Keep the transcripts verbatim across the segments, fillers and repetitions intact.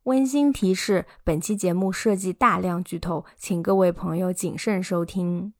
温馨提示，本期节目涉及大量剧透，请各位朋友谨慎收听。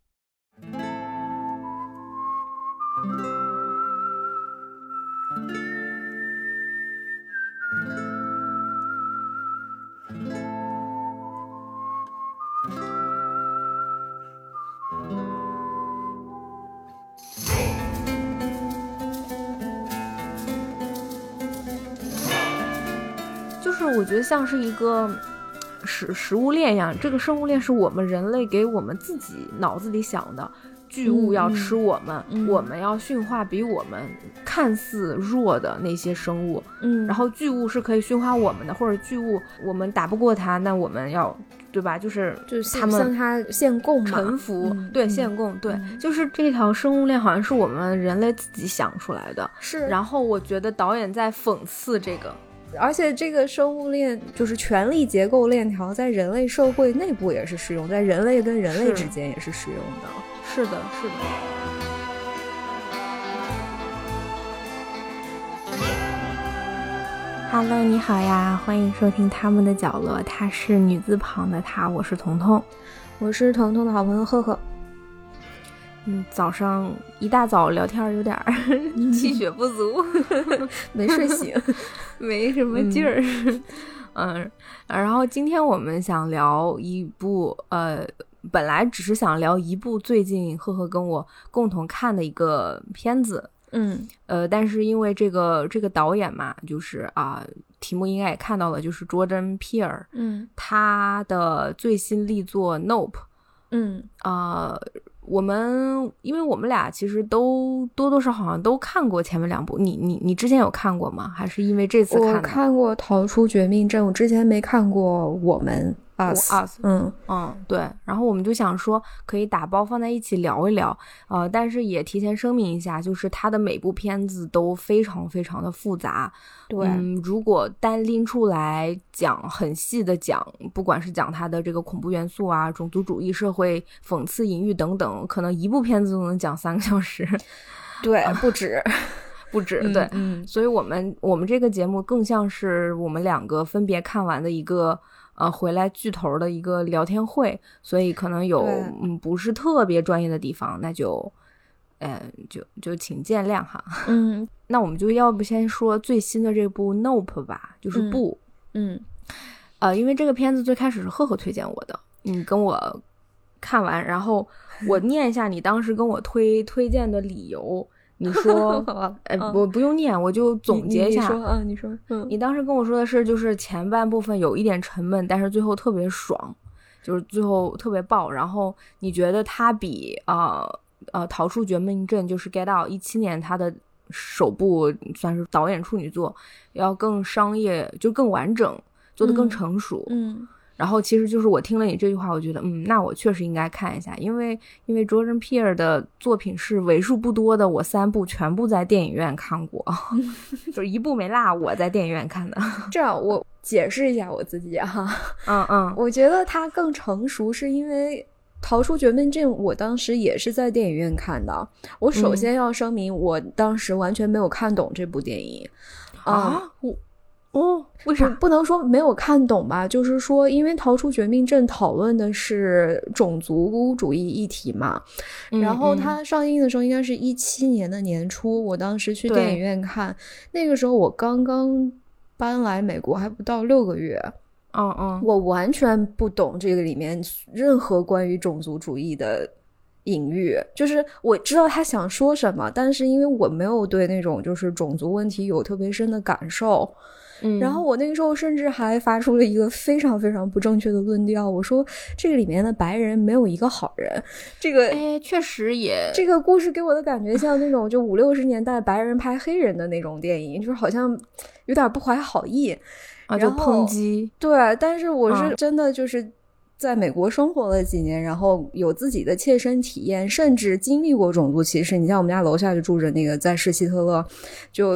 就是我觉得像是一个食食物链一样，这个生物链是我们人类给我们自己脑子里想的，巨物要吃我们、嗯、我们要驯化比我们看似弱的那些生物，嗯，然后巨物是可以驯化我们的，或者巨物我们打不过它，那我们要对吧，就是就是他们向它献贡嘛， 臣服、嗯、对、嗯、献贡，对、嗯、就是这条生物链好像是我们人类自己想出来的， 是。 然后我觉得导演在讽刺这个， 而且这个生物链就是权力结构链条在人类社会内部也是适用，在人类跟人类之间也是适用的。 是的，是的。Hello， 你好呀，欢迎收听他们的角落，她是女字旁的她，我是彤彤， 我是彤彤的好朋友赫赫。 嗯，早上一大早聊天有点气血不足， 没睡醒， 没什么劲儿。嗯, 嗯，然后今天我们想聊一部，呃，本来只是想聊一部最近赫赫跟我共同看的一个片子， 嗯， 呃，但是因为这个这个导演嘛，就是啊、呃，题目应该也看到了，就是 Jordan Peele， 嗯， 他的最新力作 Nope， 嗯， 呃。我们因为我们俩其实都多多少少好像都看过前面两部，你你你之前有看过吗？还是因为这次看的？ 我看过《逃出绝命镇》，我之前没看过《我们》 Us， Us， 嗯嗯，对。然后我们就想说可以打包放在一起聊一聊，呃，但是也提前声明一下，就是它的每部片子都非常非常的复杂。 对， 嗯，如果单拎出来讲，很细的讲，不管是讲它的这个恐怖元素啊、种族主义、社会讽刺、隐喻等等，可能一部片子都能讲三个小时。 对，不止。 不止， 嗯、 对、 嗯， 所以我们我们这个节目更像是我们两个分别看完的一个呃回来剧头的一个聊天会，所以可能有嗯不是特别专业的地方，那就呃就就请见谅哈。 嗯， 那我们就要不先说最新的这部 Nope 吧，就是不， 嗯，嗯呃，因为这个片子最开始是赫赫推荐我的，你跟我看完，然后我念一下你当时跟我推推荐的理由。你说，呃，我不用念，我就总结一下。 你, 你说啊，你说，嗯， 你当时跟我说的是，就是前半部分有一点沉闷，但是最后特别爽，就是最后特别爆。然后你觉得它比呃呃逃出绝命镇，就是 Get Out 一七年它的首部算是导演处女作，要更商业，就更完整，做得更成熟。 嗯。嗯然后其实就是我听了你这句话，我觉得嗯，那我确实应该看一下，因为因为 Jordan Peele 的作品是为数不多的，我三部全部在电影院看过，就是一部没落，我在电影院看的。 这样我解释一下我自己哈， 嗯嗯， 我觉得它更成熟，是因为逃出绝命镇我当时也是在电影院看的。我首先要声明，嗯、我当时完全没有看懂这部电影啊，我。哦，为啥不能说没有看懂吧？就是说，因为逃出绝命镇讨论的是种族主义议题嘛， 嗯、 然后它上映的时候应该是一七年的年初，我当时去电影院看，那个时候我刚刚搬来美国还不到六个月， 嗯嗯， 我完全不懂这个里面任何关于种族主义的隐喻，就是我知道他想说什么，但是因为我没有对那种就是种族问题有特别深的感受。 嗯， 然后我那个时候甚至还发出了一个非常非常不正确的论调，我说这个里面的白人没有一个好人。这个哎，确实也这个故事给我的感觉像那种就五六十年代白人拍黑人的那种电影，就是好像有点不怀好意啊，就抨击。 对，但是我是真的就是在美国生活了几年，然后有自己的切身体验，甚至经历过种族歧视。你像我们家楼下就住着那个在世希特勒，就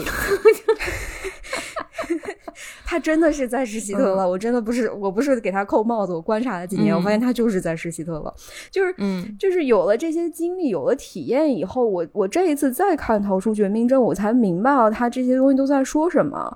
他真的是在世希特勒、嗯、我真的不是我不是给他扣帽子，我观察了几年、嗯、我发现他就是在世希特勒，就是嗯， 就是有了这些经历有了体验以后，我我这一次再看逃出绝命镇，我才明白了他这些东西都在说什么。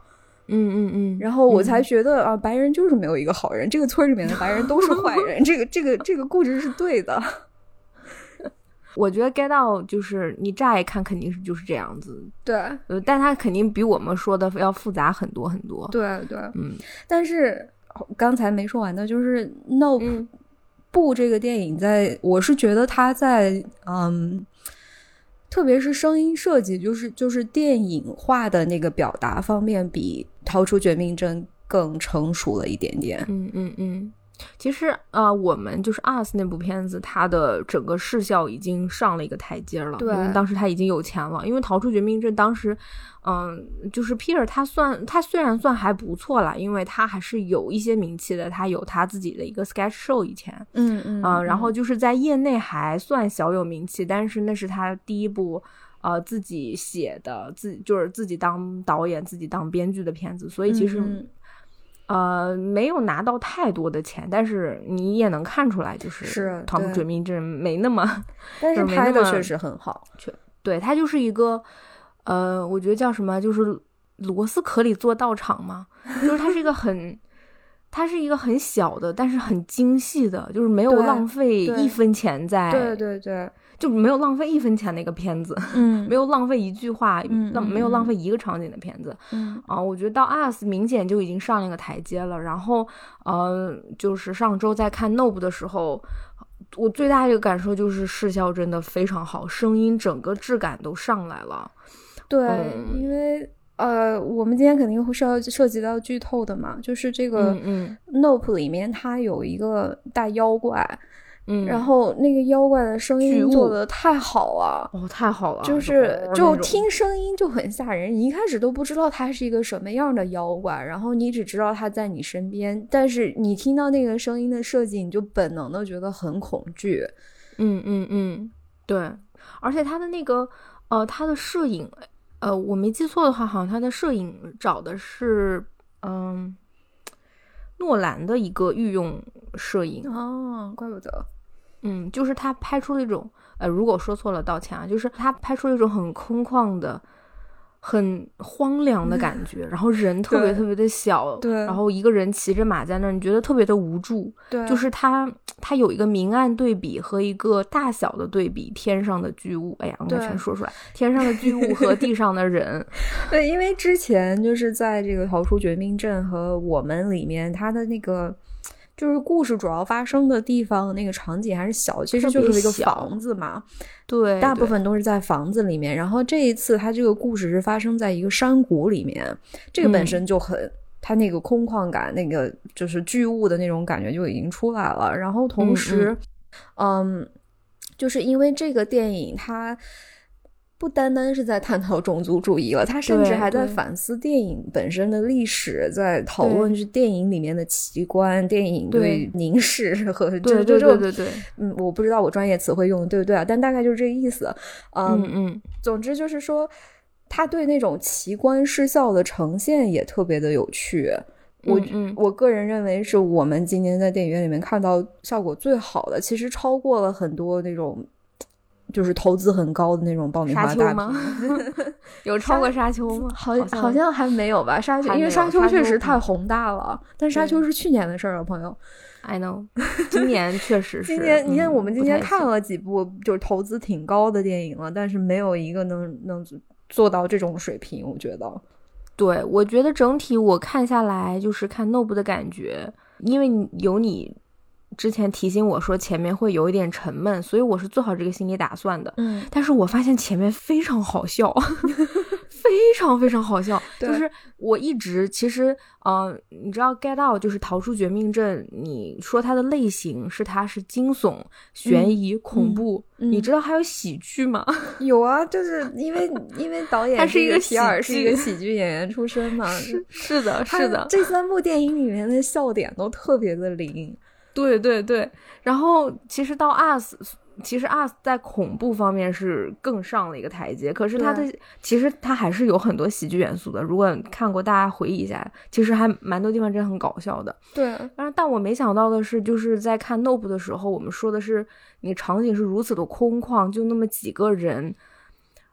嗯嗯嗯， 然后我才觉得、嗯、啊，白人就是没有一个好人，这个村里面的白人都是坏人，这个这个这个故事是对的。 我觉得 Get Out 就是你乍一看肯定是就是这样子， 对， 呃，但它肯定比我们说的要复杂很多很多。 对对， 嗯， 但是刚才没说完的就是 Nope、嗯、部这个电影在，我是觉得它在嗯，特别是声音设计，就是就是电影化的那个表达方面，比逃出绝命镇更成熟了一点点。 嗯嗯嗯。其实呃，我们就是 Us 那部片子，它的整个视效已经上了一个台阶了。 对， 因为当时他已经有钱了。因为逃出绝命镇当时，嗯、呃，就是 Peter 他算他虽然算还不错啦，因为他还是有一些名气的，他有他自己的一个 sketch show 以前， 嗯嗯、 呃，然后就是在业内还算小有名气，但是那是他第一部呃自己写的，自己就是自己当导演、自己当编剧的片子，所以其实。嗯呃，没有拿到太多的钱，但是你也能看出来，就是逃出绝命镇没那么， 但是拍的确实很好， 确对，它就是一个，呃，我觉得叫什么，就是螺丝壳里做道场嘛，就是它是一个很，它是一个很小的，但是很精细的，就是没有浪费一分钱在， 对对对。 就没有浪费一分钱的一个片子， 嗯， 没有浪费一句话， 嗯， 浪没有浪费一个场景的片子， 嗯啊，我觉得到 Us 明显就已经上了一个台阶了。然后，呃，就是上周在看 Nope 的时候，我最大的一个感受就是视效真的非常好，声音整个质感都上来了。 对， 嗯、 因为呃，我们今天肯定会是要涉及到剧透的嘛，就是这个 Nope 里面它有一个大妖怪。 嗯， 然后那个妖怪的声音做的太好了， 哦，太好了， 就是就听声音就很吓人，你一开始都不知道他是一个什么样的妖怪，然后你只知道他在你身边，但是你听到那个声音的设计，你就本能的觉得很恐惧。 嗯嗯嗯，对，而且他的那个呃，他的摄影，呃，我没记错的话，好像他的摄影找的是嗯诺兰的一个御用摄影。 哦，怪不得。 嗯，就是他拍出了一种，呃，如果说错了道歉啊，就是他拍出了一种很空旷的、很荒凉的感觉，然后人特别特别的小， 对， 然后一个人骑着马在那儿，你觉得特别的无助， 对， 就是他他有一个明暗对比和一个大小的对比，天上的巨物，哎呀，我们全说出来，天上的巨物和地上的人， 对，因为之前就是在这个逃出绝命镇和我们里面，他的那个。就是故事主要发生的地方那个场景还是小，其实就是一个房子嘛， 对， 大部分都是在房子里面。然后这一次它这个故事是发生在一个山谷里面，这个本身就很、嗯、它那个空旷感，那个就是巨物的那种感觉就已经出来了。然后同时 嗯, 嗯就是因为这个电影它不单单是在探讨种族主义了，他甚至还在反思电影本身的历史，在讨论是电影里面的奇观，电影对凝视和对对对对对， 嗯，我不知道我专业词汇用的对不对啊，但大概就是这个意思。 嗯嗯， 总之就是说，他对那种奇观视效的呈现也特别的有趣。我嗯嗯我个人认为是我们今年在电影院里面看到效果最好的，其实超过了很多那种。就是投资很高的那种爆米花大吗？有超过沙丘吗？ 好好像还没有吧，沙丘因为沙丘确实太宏大了，但沙丘是去年的事儿了，朋友。 I know， 今年确实是。 今年你看，我们今年看了几部就是投资挺高的电影了，但是没有一个能能做到这种水平，我觉得。 对，我觉得整体我看下来就是看 Nope 的感觉，因为有你。之前提醒我说前面会有一点沉闷，所以我是做好这个心理打算的。 嗯， 但是我发现前面非常好笑，非常非常好笑。就是我一直其实，呃，你知道 Get Out 就是逃出绝命镇，你说它的类型是它是惊悚、悬疑、嗯、恐怖、 嗯， 你知道还有喜剧吗？ 有啊，就是因为因为导演他是一个皮尔是一个喜剧演员出身嘛， 是是的，是的。 这三部电影里面的笑点都特别的灵。 对对对，然后其实到 Us， 其实 Us 在恐怖方面是更上了一个台阶，可是它的其实它还是有很多喜剧元素的。如果看过，大家回忆一下，其实还蛮多地方真的很搞笑的。 对， 但是但我没想到的是，就是在看 Nope 的时候，我们说的是你场景是如此的空旷，就那么几个人。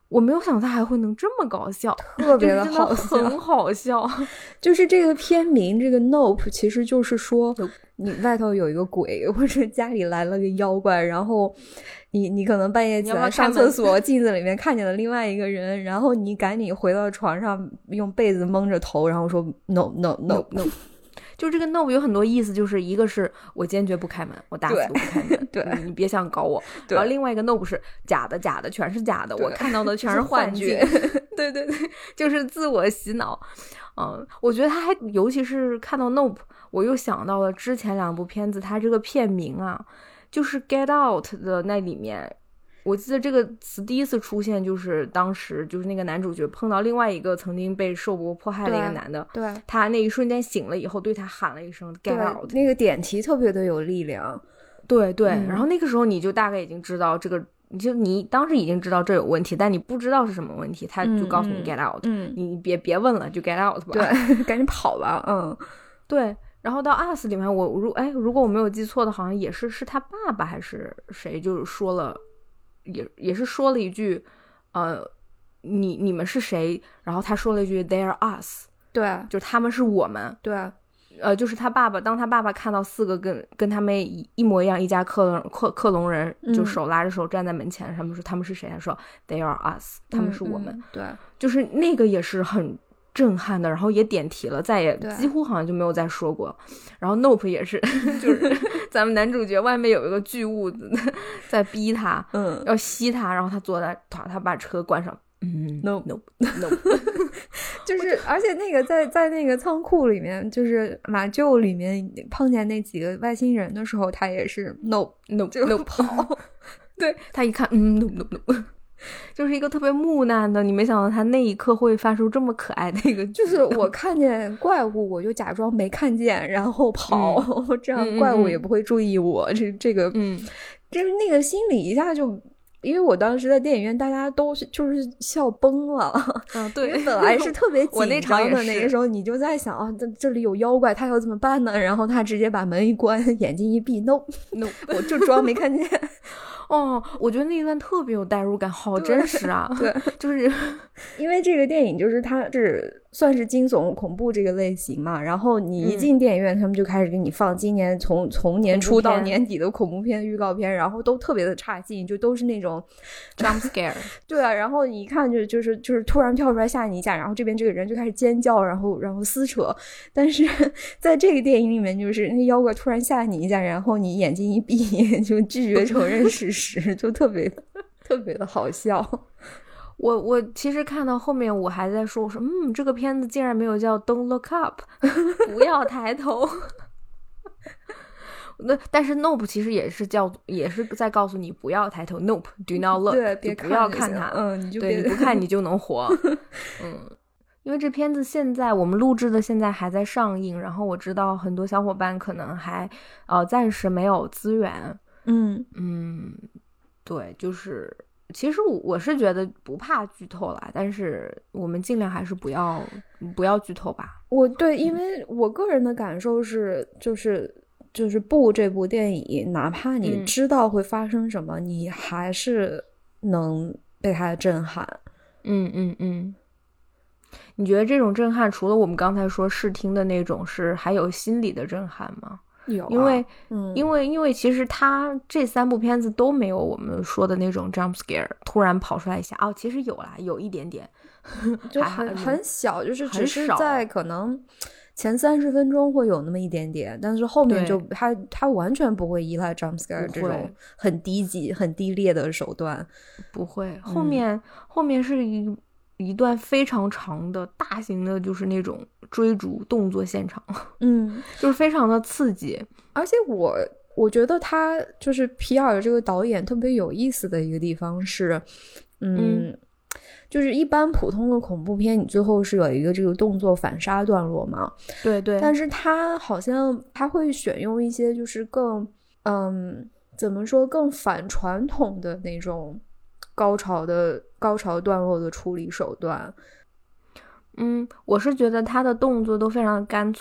我没有想到他还会能这么搞笑， 特别的好笑，很好笑。 就是这个片名这个 Nope 其实就是说你外头有一个鬼，或者家里来了个妖怪，然后你你可能半夜起来上厕所，镜子里面看见了另外一个人，然后你赶紧回到床上用被子蒙着头，然后说 No No No No, no. 就这个 no 有很多意思，就是一个是我坚决不开门，我打死都不开门， 对， 你, 你别想搞我。然后另外一个 no 不是假的，假的全是假的，我看到的全是幻觉。对对对，就是自我洗脑。嗯，我觉得他还，尤其是看到 Nope， 我又想到了之前两部片子，它这个片名啊，就是 Get Out 的那里面。我记得这个词第一次出现，就是当时就是那个男主角碰到另外一个曾经被受过迫害的一个男的， 对，对他那一瞬间醒了以后，对他喊了一声 "Get out"， 那个点题特别的有力量。 对对、嗯，然后那个时候你就大概已经知道这个，你就你当时已经知道这有问题，但你不知道是什么问题，他就告诉你 Get out， 嗯， 你别别问了，就 Get out 吧， 对，赶紧跑吧，嗯， 对。然后到 Us 里面，我如哎，如果我没有记错的，好像也是是他爸爸还是谁，就是说了。也也是说了一句，呃，你你们是谁？然后他说了一句 "They are us"， 对， 就是他们是我们， 对， 呃，就是他爸爸，当他爸爸看到四个跟跟他们一一模一样一家克隆克克隆人，就手拉着手站在门前，他们说他们是谁？他说 "They are us"， 他们是我们， 嗯嗯、对， 就是那个也是很震撼的，然后也点题了，再也几乎好像就没有再说过。然后 Nope 也是，就是咱们男主角外面有一个巨物在逼他， 嗯， 要吸他，然后他坐在他他把车关上，嗯 ，No No No， 就是而且那个在在那个仓库里面，就是马厩里面碰见那几个外星人的时候，他也是 No No 就 No 跑， 对他一看，嗯 No No No。就是一个特别木讷的，你没想到他那一刻会发出这么可爱的一个， 就是我看见怪物我就假装没看见，然后跑，嗯、这样怪物也不会注意我。嗯、这这个， 嗯， 就是那个心里一下就，因为我当时在电影院，大家都就是笑崩了。 啊，对， 本来是特别紧张的， 那个时候你就在想啊，这这里有妖怪，他要怎么办呢？然后他直接把门一关，眼睛一闭 ，no no， 我就装没看见。 哦，我觉得那一段特别有代入感，好真实啊！ 对， 就是因为这个电影就是它是算是惊悚恐怖这个类型嘛，然后你一进电影院，嗯、他们就开始给你放今年从从年初到年底的恐怖片预告片，然后都特别的差劲，就都是那种 jump scare。 对啊，然后你一看就就是就是突然跳出来吓你一下，然后这边这个人就开始尖叫，然后然后撕扯，但是在这个电影里面，就是那妖怪突然吓你一下，然后你眼睛一闭就拒绝承认事实，就特别特别的好笑。 我我其实看到后面我还在说，我说嗯，这个片子竟然没有叫 Don't Look Up， 不要抬头。那但是 Nope 其实也是叫也是在告诉你不要抬头 ，Nope do not look， 对，别看不要看它， 嗯，你就对，你不看你就能活，嗯。因为这片子现在我们录制的现在还在上映，然后我知道很多小伙伴可能还呃暂时没有资源， 嗯嗯，对，就是其实我我是觉得不怕剧透啦，但是我们尽量还是不要不要剧透吧。 我对，因为我个人的感受是，就是就是部这部电影，哪怕你知道会发生什么，嗯、你还是能被它震撼。 嗯嗯嗯。你觉得这种震撼除了我们刚才说视听的那种，是还有心理的震撼吗？ 有、啊， 因为、 嗯、 因为因为其实它这三部片子都没有我们说的那种 jump scare 突然跑出来一下哦，其实有啦，有一点点， 就很很小，就是只是在可能前三十分钟会有那么一点点，但是后面就它它完全不会依赖 jump scare 这种很低级很低劣的手段， 不会，后面、嗯、后面是一。一段非常长的大型的就是那种追逐动作现场， 嗯， 就是非常的刺激。 而且我我觉得他就是皮尔这个导演特别有意思的一个地方是，嗯，嗯就是一般普通的恐怖片你最后是有一个这个动作反杀段落嘛， 对对， 但是他好像他会选用一些就是更嗯怎么说更反传统的那种高潮的高潮段落的处理手段。 嗯，我是觉得他的动作都非常干脆，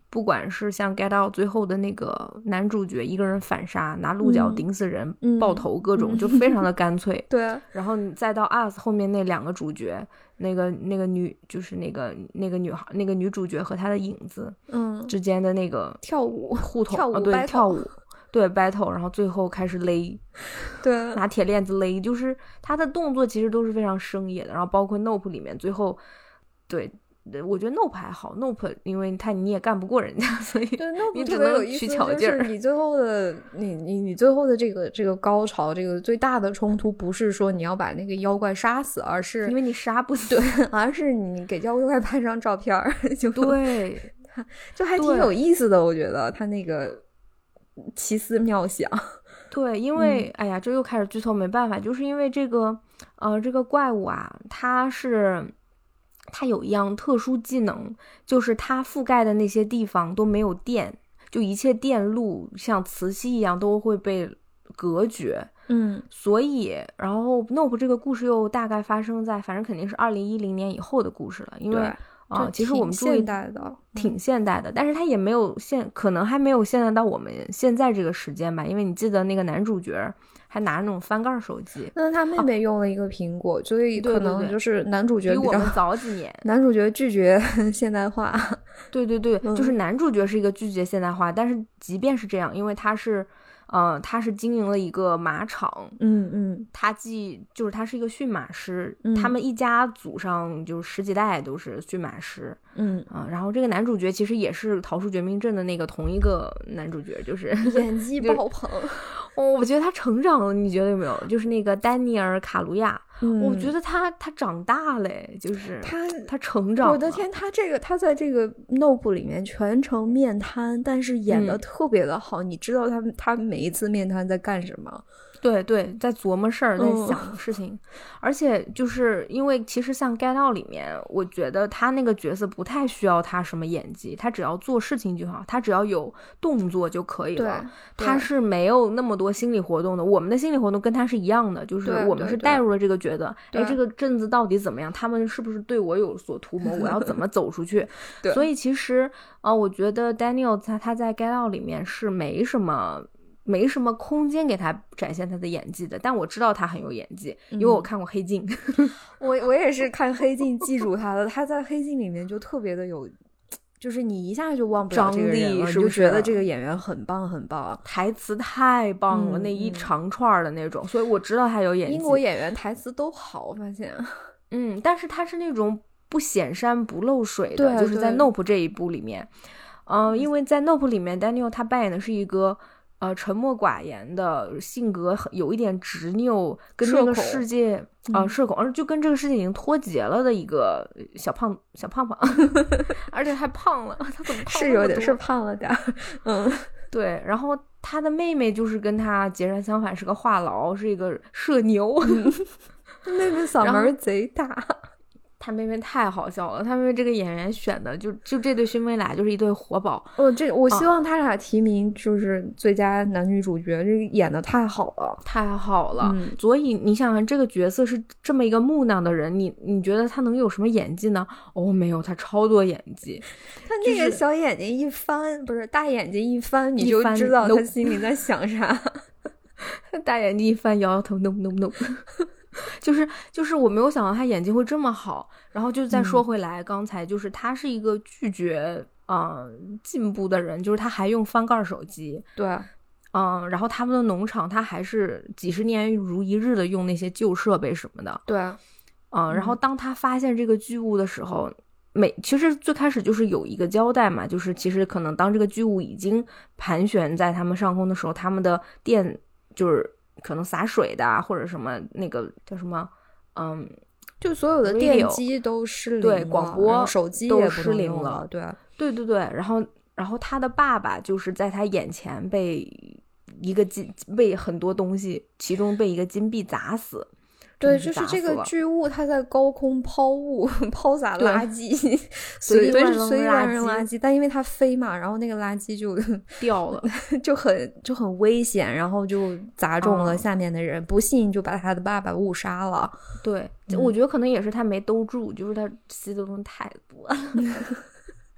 不管是像 Get Out 最后的那个男主角一个人反杀，拿鹿角顶死人、 嗯、 爆头各种、嗯、就非常的干脆对啊， 然后你再到 Us 后面那两个主角，那个那个女就是那个那个女孩那个女主角和她的影子嗯之间的那个跳舞互动跳舞、 啊、对 battle 跳舞对 battle， 然后最后开始勒， 对， 拿铁链子勒，就是他的动作其实都是非常生野的。然后包括 Nope 里面最后，对，我觉得 Nope 还好 ，Nope 因为他你也干不过人家，所以对 Nope 你只能取巧劲儿。 就是你最后的你你你最后的这个这个高潮，这个最大的冲突不是说你要把那个妖怪杀死，而是因为你杀不死， 对，而是你给妖怪拍张照片就对， 就还挺有意思的，我觉得他那个。奇思妙想， 对，因为、嗯、哎呀，这又开始剧透，没办法，就是因为这个呃，这个怪物啊，它是它有一样特殊技能，就是它覆盖的那些地方都没有电，就一切电路像磁吸一样都会被隔绝。 嗯， 所以然后 Nope 这个故事又大概发生在，反正肯定是二零一零年以后的故事了，因为。啊、呃，其实我们注意现代的， 挺现代的，嗯、但是它也没有现，可能还没有现代到我们现在这个时间吧。因为你记得那个男主角还拿那种翻盖手机， 那他妹妹用了一个苹果，啊、所以可能就是男主角比我们早几年。 男主角拒绝现代化， 对对对，嗯、就是男主角是一个拒绝现代化，但是即便是这样，因为他是。呃，他是经营了一个马场， 嗯嗯， 他既就是他是一个驯马师， 嗯、 他们一家祖上就十几代都是驯马师， 嗯啊、呃，然后这个男主角其实也是《逃出绝命镇》的那个同一个男主角，就是演技爆棚。 哦，我觉得他成长了，你觉得有没有？就是那个丹尼尔·卡卢亚， 嗯、 我觉得他他长大了，就是他他成长了。 我的天，他这个他在这个 Nope 里面全程面瘫，但是演的特别的好，嗯、你知道他他每一次面瘫在干什么？ 对对，在琢磨事儿，在想事情、嗯、而且就是因为其实像 Get Out 里面，我觉得他那个角色不太需要他什么演技，他只要做事情就好，他只要有动作就可以了，他是没有那么多心理活动的。我们的心理活动跟他是一样的，就是我们是带入了这个角色，哎，这个镇子到底怎么样，他们是不是对我有所图谋，我要怎么走出去所以其实啊、呃，我觉得 Daniel 他他在 Get Out 里面是没什么没什么空间给他展现他的演技的，但我知道他很有演技，因为我看过黑镜、 嗯、我我也是看黑镜记住他的，他在黑镜里面就特别的有，就是你一下就忘不了这个人了， 是不是？ 你就觉得这个演员很棒很棒， 台词太棒了、嗯、那一长串的那种、嗯、所以我知道他有演技。 英国演员台词都好，我发现嗯，但是他是那种不显山不漏水的，就是在 Nope 这一部里面嗯、呃，因为在 Nope 里面 Daniel 他扮演的是一个呃，沉默寡言的性格，有一点执拗，跟这个世界啊社恐，而、呃、就跟这个世界已经脱节了的一个小胖小胖胖，而且还胖了，他怎么胖是有点是胖了点，嗯， 对。然后他的妹妹就是跟他截然相反，是个话痨，是一个社牛， 嗯、妹妹嗓门贼大。 他妹妹太好笑了，他妹妹这个演员选的就就这对兄妹俩就是一对活宝。 哦，这我希望他俩提名就是最佳男女主角，这、啊、演的太好了， 太好了。 嗯， 所以你想想，这个角色是这么一个木讷的人，你你觉得他能有什么演技呢？哦，没有，他超多演技。 他那个小眼睛一翻，就是、不是大眼睛一翻，你就知道他心里在想啥。 大眼睛一翻，摇摇头 ，no no no。就是就是我没有想到他演技会这么好，然后就再说回来，嗯、刚才就是他是一个拒绝啊、呃、进步的人，就是他还用翻盖手机， 对， 嗯，然后他们的农场他还是几十年如一日的用那些旧设备什么的， 对， 嗯，然后当他发现这个巨物的时候，每其实最开始就是有一个交代嘛，就是其实可能当这个巨物已经盘旋在他们上空的时候，他们的电就是可能洒水的啊，或者什么那个叫什么，嗯， 就所有的电机都失灵了， 对，广播手机都失灵了，对， 对对对。然后，然后他的爸爸就是在他眼前被一个金被很多东西，其中被一个金币砸死。 对，就是这个巨物，它在高空抛物、抛洒垃圾，随随随地乱扔垃圾。但因为它飞嘛，然后那个垃圾就掉了， 就很就很危险，然后就砸中了下面的人，嗯、不幸就把他的爸爸误杀了。 对，嗯、我觉得可能也是他没兜住，就是他吸的东西太多了。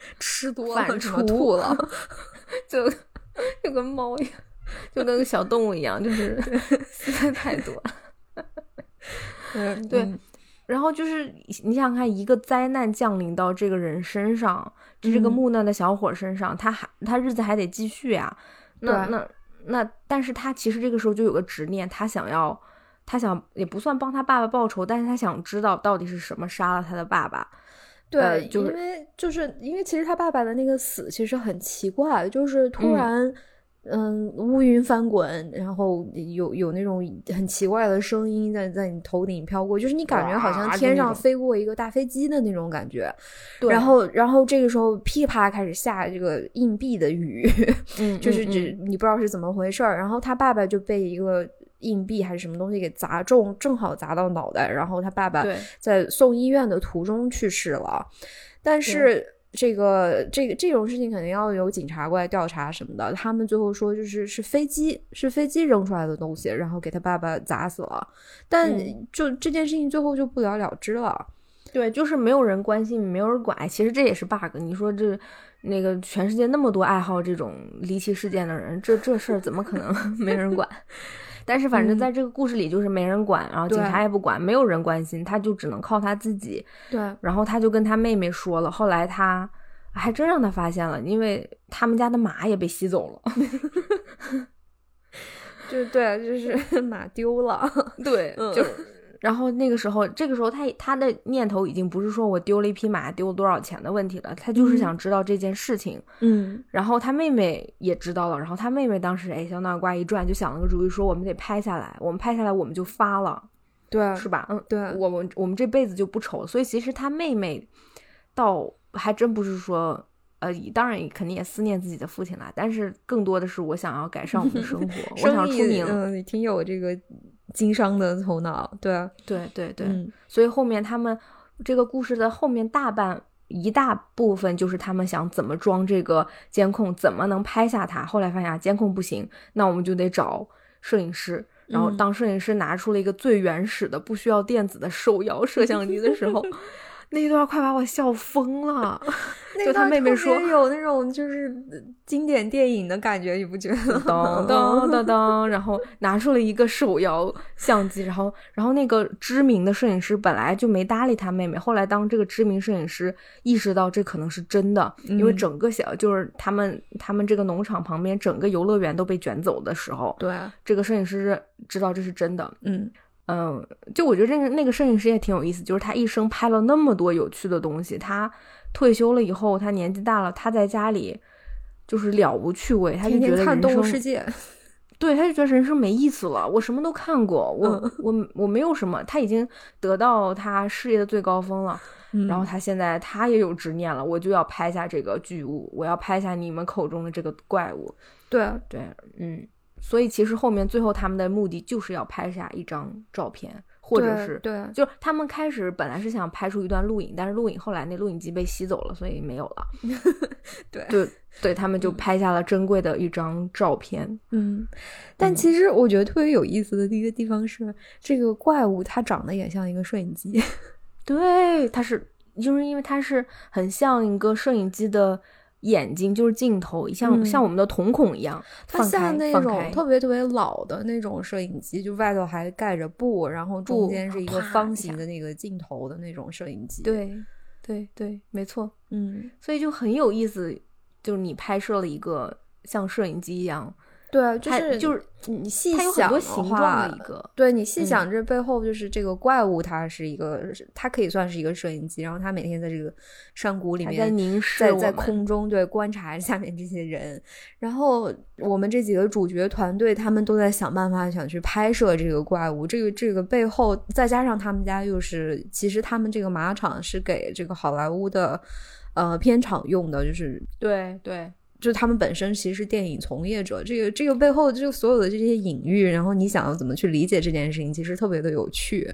吃多了反刍吐了， 就就跟猫一样，就跟个小动物一样，就是实在太多了。 嗯， 对。 嗯然后就是你想想看，一个灾难降临到这个人身上，这个木讷的小伙身上，嗯、他还他日子还得继续呀。那那那，但是他其实这个时候就有个执念，他想要，他想也不算帮他爸爸报仇，但是他想知道到底是什么杀了他的爸爸。 对、 呃，就是因为就是因为其实他爸爸的那个死其实很奇怪，就是突然。嗯嗯，乌云翻滚，然后有有那种很奇怪的声音在在你头顶飘过，就是你感觉好像天上飞过一个大飞机的那种感觉。 对， 然后然后这个时候噼啪开始下这个硬币的雨， 嗯， 就是只你不知道是怎么回事儿。然后他爸爸就被一个硬币还是什么东西给砸中，正好砸到脑袋，然后他爸爸在送医院的途中去世了。但是这个这个这种事情肯定要有警察过来调查什么的，他们最后说就是是飞机是飞机扔出来的东西，然后给他爸爸砸死了，但就这件事情最后就不了了之了。 对，就是没有人关心，没有人管。其实这也是 bug。你说这那个全世界那么多爱好这种离奇事件的人，这这事儿怎么可能没人管？但是反正在这个故事里就是没人管，嗯、然后警察也不管，没有人关心，他就只能靠他自己。 对， 然后他就跟他妹妹说了，后来他还真让他发现了，因为他们家的马也被吸走了。 就对，就是马丢了。 对，嗯、就然后那个时候，这个时候他他的念头已经不是说我丢了一匹马丢了多少钱的问题了，他就是想知道这件事情。 嗯， 然后他妹妹也知道了，然后他妹妹当时哎小脑瓜一转，就想了个主意，说我们得拍下来，我们拍下来我们就发了， 对， 是吧？嗯， 对， 我们我们这辈子就不愁。所以其实他妹妹倒还真不是说。呃，当然肯定也思念自己的父亲啦，但是更多的是我想要改善我们的生活，我想出名。 嗯，你挺有这个经商的头脑，对啊， 对对对、 嗯， 所以后面他们这个故事的后面大半一大部分就是他们想怎么装这个监控，怎么能拍下它。后来发现啊，监控不行，那我们就得找摄影师。然后当摄影师拿出了一个最原始的不需要电子的手摇摄像机的时候。那一段快把我笑疯了，就他妹妹说有那种就是经典电影的感觉，你不觉得？ 噔噔噔噔，然后拿出了一个手摇相机，然后然后那个知名的摄影师本来就没搭理他妹妹，后来当这个知名摄影师意识到这可能是真的， 嗯、 因为整个小就是他们他们这个农场旁边整个游乐园都被卷走的时候， 对， 这个摄影师知道这是真的， 嗯。 嗯，就我觉得这个那个摄影师也挺有意思，就是他一生拍了那么多有趣的东西，他退休了以后，他年纪大了，他在家里就是了无趣味，他就觉得人生， 天天看动物世界， 对，他就觉得人生没意思了，我什么都看过，我、嗯、我我没有什么，他已经得到他事业的最高峰了， 嗯、 然后他现在他也有执念了，我就要拍下这个巨物，我要拍下你们口中的这个怪物， 对对，嗯。所以其实后面最后他们的目的就是要拍下一张照片，或者是对， 就是他们开始本来是想拍出一段录影，但是录影后来那录影机被吸走了，所以没有了。 对对对，他们就拍下了珍贵的一张照片。 嗯，但其实我觉得特别有意思的一个地方是，这个怪物它长得也像一个摄影机。 对，它是就是因为它是很像一个摄影机的。眼睛就是镜头，像、嗯、像我们的瞳孔一样， 它像那种特别特别老的那种摄影机，就外头还盖着布，然后中间是一个方形的那个镜头的那种摄影机。 对对对，没错， 嗯， 所以就很有意思，就是你拍摄了一个像摄影机一样。 对，就是就是你细想的话，的一个对你细想这背后就是这个怪物，它是一个，嗯、它可以算是一个摄影机，然后它每天在这个山谷里面在凝视， 在在空中对观察下面这些人，然后我们这几个主角团队他们都在想办法想去拍摄这个怪物，这个这个背后再加上他们家又是，其实他们这个马场是给这个好莱坞的呃片场用的，就是对对。 就是他们本身其实是电影从业者，这个这个背后就所有的这些隐喻，然后你想要怎么去理解这件事情，其实特别的有趣。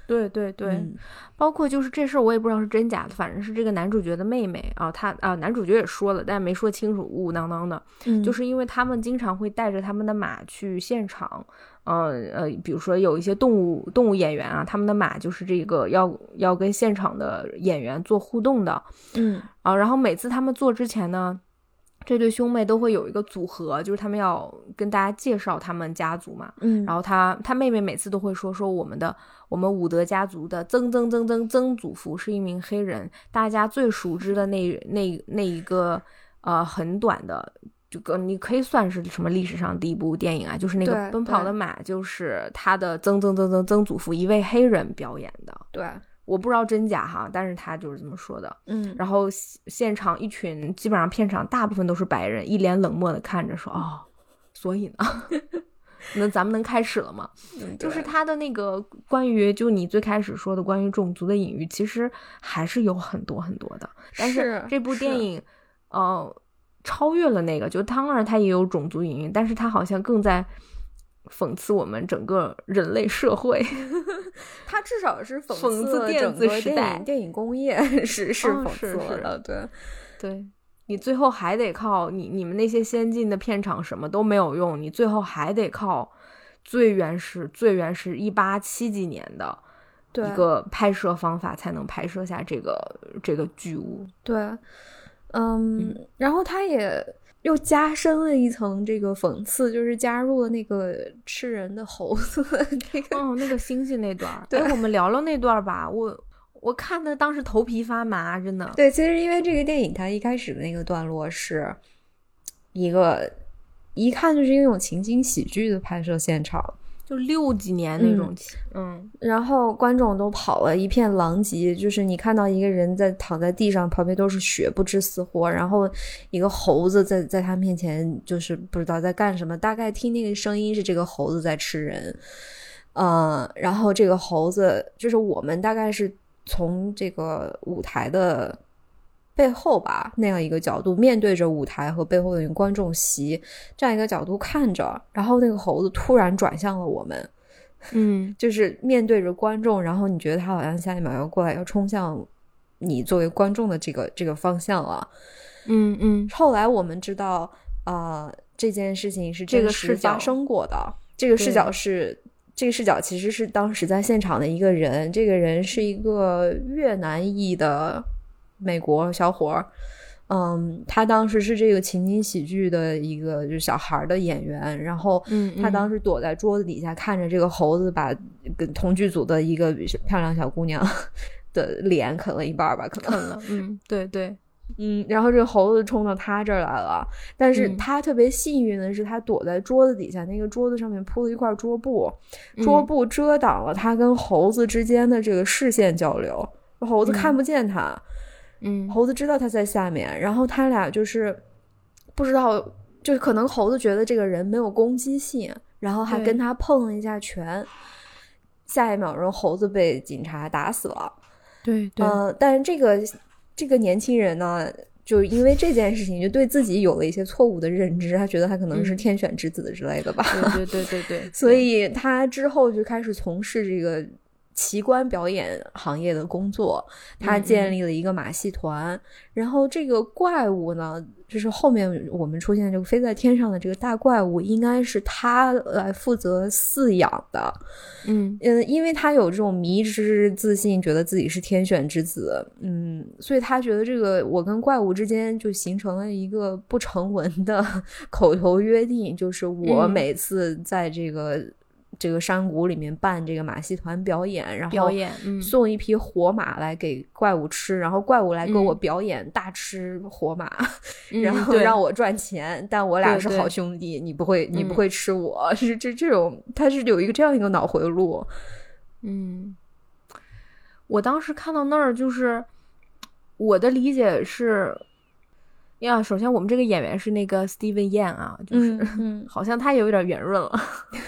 对对对、 嗯、 包括就是这事儿我也不知道是真假的，反正是这个男主角的妹妹啊，他啊男主角也说了，但没说清楚，雾雾当当的、 嗯、 就是因为他们经常会带着他们的马去现场，呃呃，比如说有一些动物动物演员啊，他们的马就是这个要要跟现场的演员做互动的， 嗯啊，然后每次他们做之前呢，这对兄妹都会有一个组合，就是他们要跟大家介绍他们家族嘛， 嗯， 然后他他妹妹每次都会说说我们的我们伍德家族的曾曾曾曾曾祖父是一名黑人，大家最熟知的那那那一个呃很短的。这个你可以算是什么历史上第一部电影啊，就是那个《奔跑的马》，就是他的曾曾曾曾曾祖父一位黑人表演的。 对， 我不知道真假哈，但是他就是这么说的。 嗯， 然后现场一群基本上片场大部分都是白人，一脸冷漠的看着说：“哦，所以呢，那咱们能开始了吗？” 嗯、 就是他的那个关于就你最开始说的关于种族的隐喻，其实还是有很多很多的。但是这部电影，呃。超越了那个，就当然它也有种族隐喻，但是它好像更在讽刺我们整个人类社会。 它至少是讽刺了电子时代， 电影工业是是讽刺了的， 哦、 对对。你最后还得靠你你们那些先进的片场什么都没有用，你最后还得靠最原始最原始一八七几年的一个拍摄方法才能拍摄下这个这个巨物。 对。嗯, 嗯，然后他也又加深了一层这个讽刺，就是加入了那个吃人的猴子那个哦，那个猩猩那段。对，我们聊聊那段吧。我我看的当时头皮发麻，真的。 对，其实因为这个电影它一开始的那个段落是一个一看就是那种情景喜剧的拍摄现场。 就六几年那种，嗯, 嗯， 然后观众都跑了，一片狼藉，就是你看到一个人在躺在地上，旁边都是血，不知死活，然后一个猴子在在他面前，就是不知道在干什么，大概听那个声音是这个猴子在吃人，呃，然后这个猴子就是我们大概是从这个舞台的背后吧，那样一个角度面对着舞台和背后的观众席这样一个角度看着，然后那个猴子突然转向了我们， 嗯， 就是面对着观众，然后你觉得他好像下一秒要过来要冲向你作为观众的这个这个方向了。 嗯嗯， 后来我们知道呃，这件事情是真实发生过的，这个视角是这个视角其实是当时在现场的一个人，这个人是一个越南裔的美国小伙，嗯，他当时是这个情景喜剧的一个就是小孩的演员，然后他当时躲在桌子底下看着这个猴子把跟同剧组的一个漂亮小姑娘的脸啃了一半吧，可能啃了，嗯，对对， 嗯，然后这个猴子冲到他这儿来了，但是他特别幸运的是他躲在桌子底下，那个桌子上面铺了一块桌布，桌布遮挡了他跟猴子之间的这个视线交流，猴子看不见他， 嗯， 猴子知道他在下面，然后他俩就是不知道，就是可能猴子觉得这个人没有攻击性，然后还跟他碰了一下拳，下一秒钟猴子被警察打死了。 对对， 呃，但是这个这个年轻人呢，就因为这件事情就对自己有了一些错误的认知，他觉得他可能是天选之子之类的吧。 嗯、对对对对对， 所以他之后就开始从事这个奇观表演行业的工作，他建立了一个马戏团，嗯、然后这个怪物呢，就是后面我们出现这个飞在天上的这个大怪物，应该是他来负责饲养的。 嗯嗯，因为他有这种迷之自信，觉得自己是天选之子，嗯，所以他觉得这个我跟怪物之间就形成了一个不成文的口头约定，就是我每次在这个、嗯这个山谷里面办这个马戏团表演，然后送一匹活马来给怪物吃，然后怪物来给我表演大吃活马， 嗯、 然后让我赚钱，但我俩是好兄弟，你不会你不会吃我，是这这种他是有一个这样一个脑回路。 嗯，我当时看到那儿，就是我的理解是呀，首先我们这个演员是那个 Steven Yeun 啊，就是、 嗯嗯、 好像他也有点圆润了。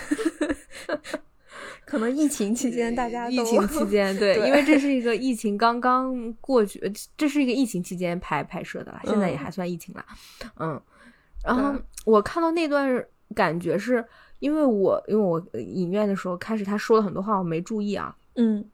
可能疫情期间大家都疫情期间 对, 对，因为这是一个疫情刚刚过去，这是一个疫情期间拍拍摄的啦，现在也还算疫情啦。嗯，然后我看到那段感觉是因为我因为我影院的时候开始他说了很多话我没注意啊， 嗯，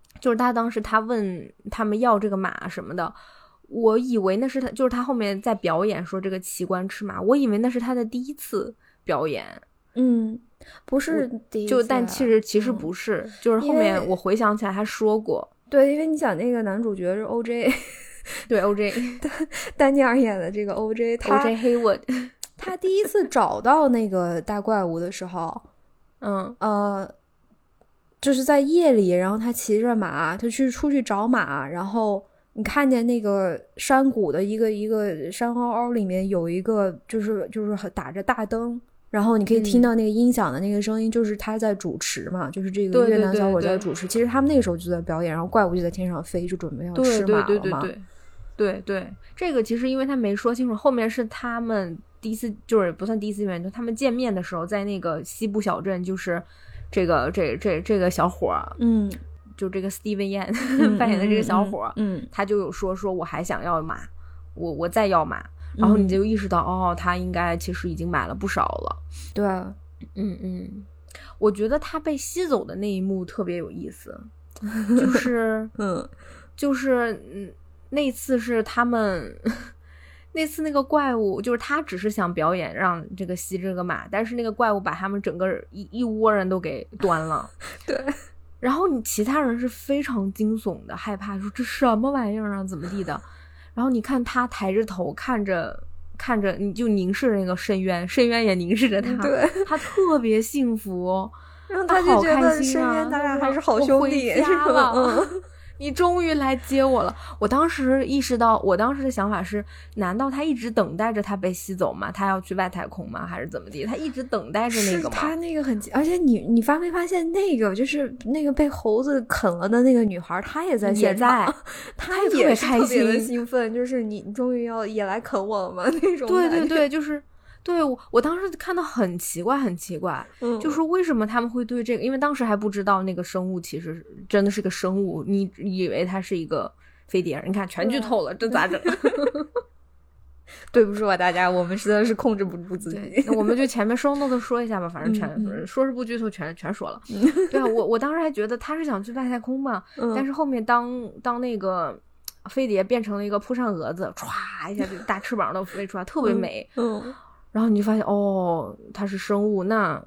就是他当时他问他们要这个马什么的，我以为那是他，就是他后面在表演说这个奇观吃马，我以为那是他的第一次表演。 嗯，不是第一次、啊， 就但其实其实不是、嗯、就是后面我回想起来他说过。 对，因为你想那个男主角是 O J， 对 O J 丹尼尔演的这个 O J， 他 O J Haywood 他第一次找到那个大怪物的时候， 嗯呃。就是在夜里，然后他骑着马，他去出去找马，然后你看见那个山谷的一个一个山凹凹里面有一个就是就是打着大灯，然后你可以听到那个音响的那个声音，就是他在主持嘛、嗯、就是这个越南小伙在主持。其实他们那个时候就在表演，然后怪物就在天上飞，就准备要吃马了嘛。 对对对对对对对，这个其实因为他没说清楚，后面是他们第一次，就是不算第一次见，就他们见面的时候，在那个西部小镇，就是这个这这这个小伙， 嗯， 就这个 Steven Yeun、嗯、扮演的这个小伙， 嗯， 他就有说说我还想要马，我我再要马，然后你就意识到、嗯、哦，他应该其实已经买了不少了。 对， 嗯嗯，我觉得他被吸走的那一幕特别有意思，就是嗯， 就是嗯。那次是他们那次那个怪物，就是他只是想表演让这个吸这个马，但是那个怪物把他们整个一一窝人都给端了。 对， 然后你其他人是非常惊悚的害怕，说这什么玩意儿啊怎么地的，然后你看他抬着头看着看着你就凝视着那个深渊，深渊也凝视着他， 对， 他特别幸福， 然后他就觉得深渊咱俩还是好兄弟， 回家了。 嗯， 你终于来接我了。我当时意识到，我当时的想法是，难道他一直等待着他被吸走吗？他要去外太空吗？还是怎么地？他一直等待着那个吗？ 他那个很，而且你你发没发现那个就是那个被猴子啃了的那个女孩，她也在现场， 也在， 她也是特别的兴奋，就是你你终于要也来啃我了吗？那种对对对，就是。对，我我当时看到很奇怪很奇怪、嗯、就是为什么他们会对这个，因为当时还不知道那个生物其实真的是个生物，你以为它是一个飞碟，你看全剧透了，这咋整？ 对不住啊大家，我们实在是控制不住自己。 我们就前面收弄的说一下吧，反正全、嗯、说是不剧透全全说了。对啊，我我当时还觉得他是想去外太空嘛、嗯、但是后面当当那个飞碟变成了一个扑扇蛾子，歘一下就大翅膀都飞出来，特别美。 嗯。嗯， 然后你就发现哦，它是生物，那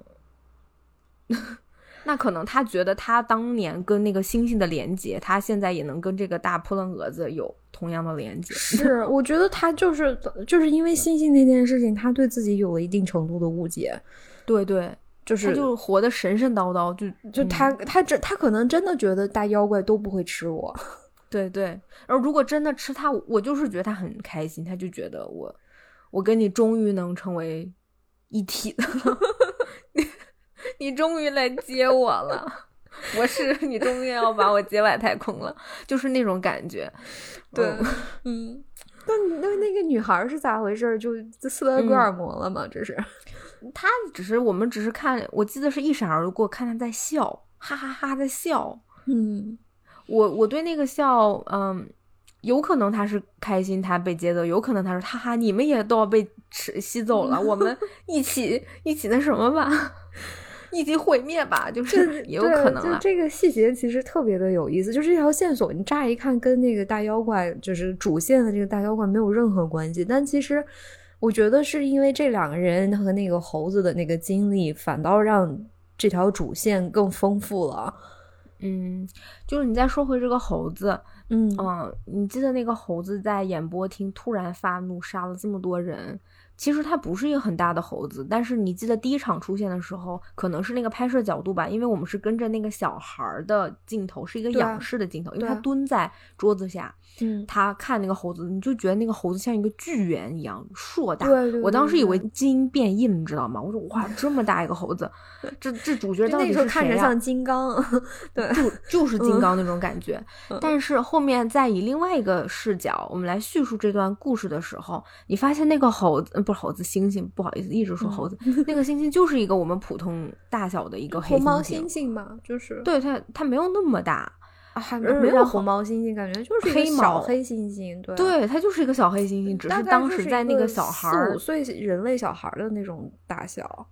那可能他觉得他当年跟那个星星的连接，他现在也能跟这个大扑棱蛾子有同样的连接。 是，我觉得他就是就是因为星星那件事情，他对自己有了一定程度的误解。 对对，就是他就活得神神叨叨，就就他、嗯、他这他可能真的觉得大妖怪都不会吃我。 对对，然后如果真的吃他，我就是觉得他很开心，他就觉得我。我跟你终于能成为一体的了，你你终于来接我了，我是你终于要把我接外太空了，就是那种感觉。 对，嗯，那那那个女孩是咋回事？就斯德哥尔摩了吗？嗯、这是， 她只是我们只是看，我记得是一闪而过，看她在笑，哈哈哈在笑。 嗯， 我我对那个笑，嗯。有可能他是开心他被接走，有可能他说哈哈你们也都要被吃吸走了，我们一起一起那什么吧，一起毁灭吧，就是也有可能了。 就这个细节其实特别的有意思，就是这条线索你乍一看跟那个大妖怪就是主线的这个大妖怪没有任何关系，但其实我觉得是因为这两个人和那个猴子的那个经历反倒让这条主线更丰富了。 嗯，就是你再说回这个猴子， 嗯嗯，你记得那个猴子在演播厅突然发怒杀了这么多人，其实它不是一个很大的猴子，但是你记得第一场出现的时候，可能是那个拍摄角度吧，因为我们是跟着那个小孩的镜头，是一个仰视的镜头，因为他蹲在桌子下， 嗯， 他看那个猴子，你就觉得那个猴子像一个巨猿一样硕大， 对对对对， 我当时以为基因变异了，你知道吗？我说哇，这么大一个猴子，这这主角到底是谁啊？ 那时候看着像金刚，对， 就就是金刚那种感觉。嗯、但是后面再以另外一个视角，我们来叙述这段故事的时候，你发现那个猴子，不是猴子，猩猩，不好意思，一直说猴子，嗯、那个猩猩就是一个我们普通大小的一个黑猩猩， 红毛猩猩嘛，就是对它，它没有那么大。 啊，还没有红毛猩猩，感觉就是一个小黑猩猩，对， 对，它就是一个小黑猩猩，只是当时在那个小孩四五岁人类小孩的那种大小，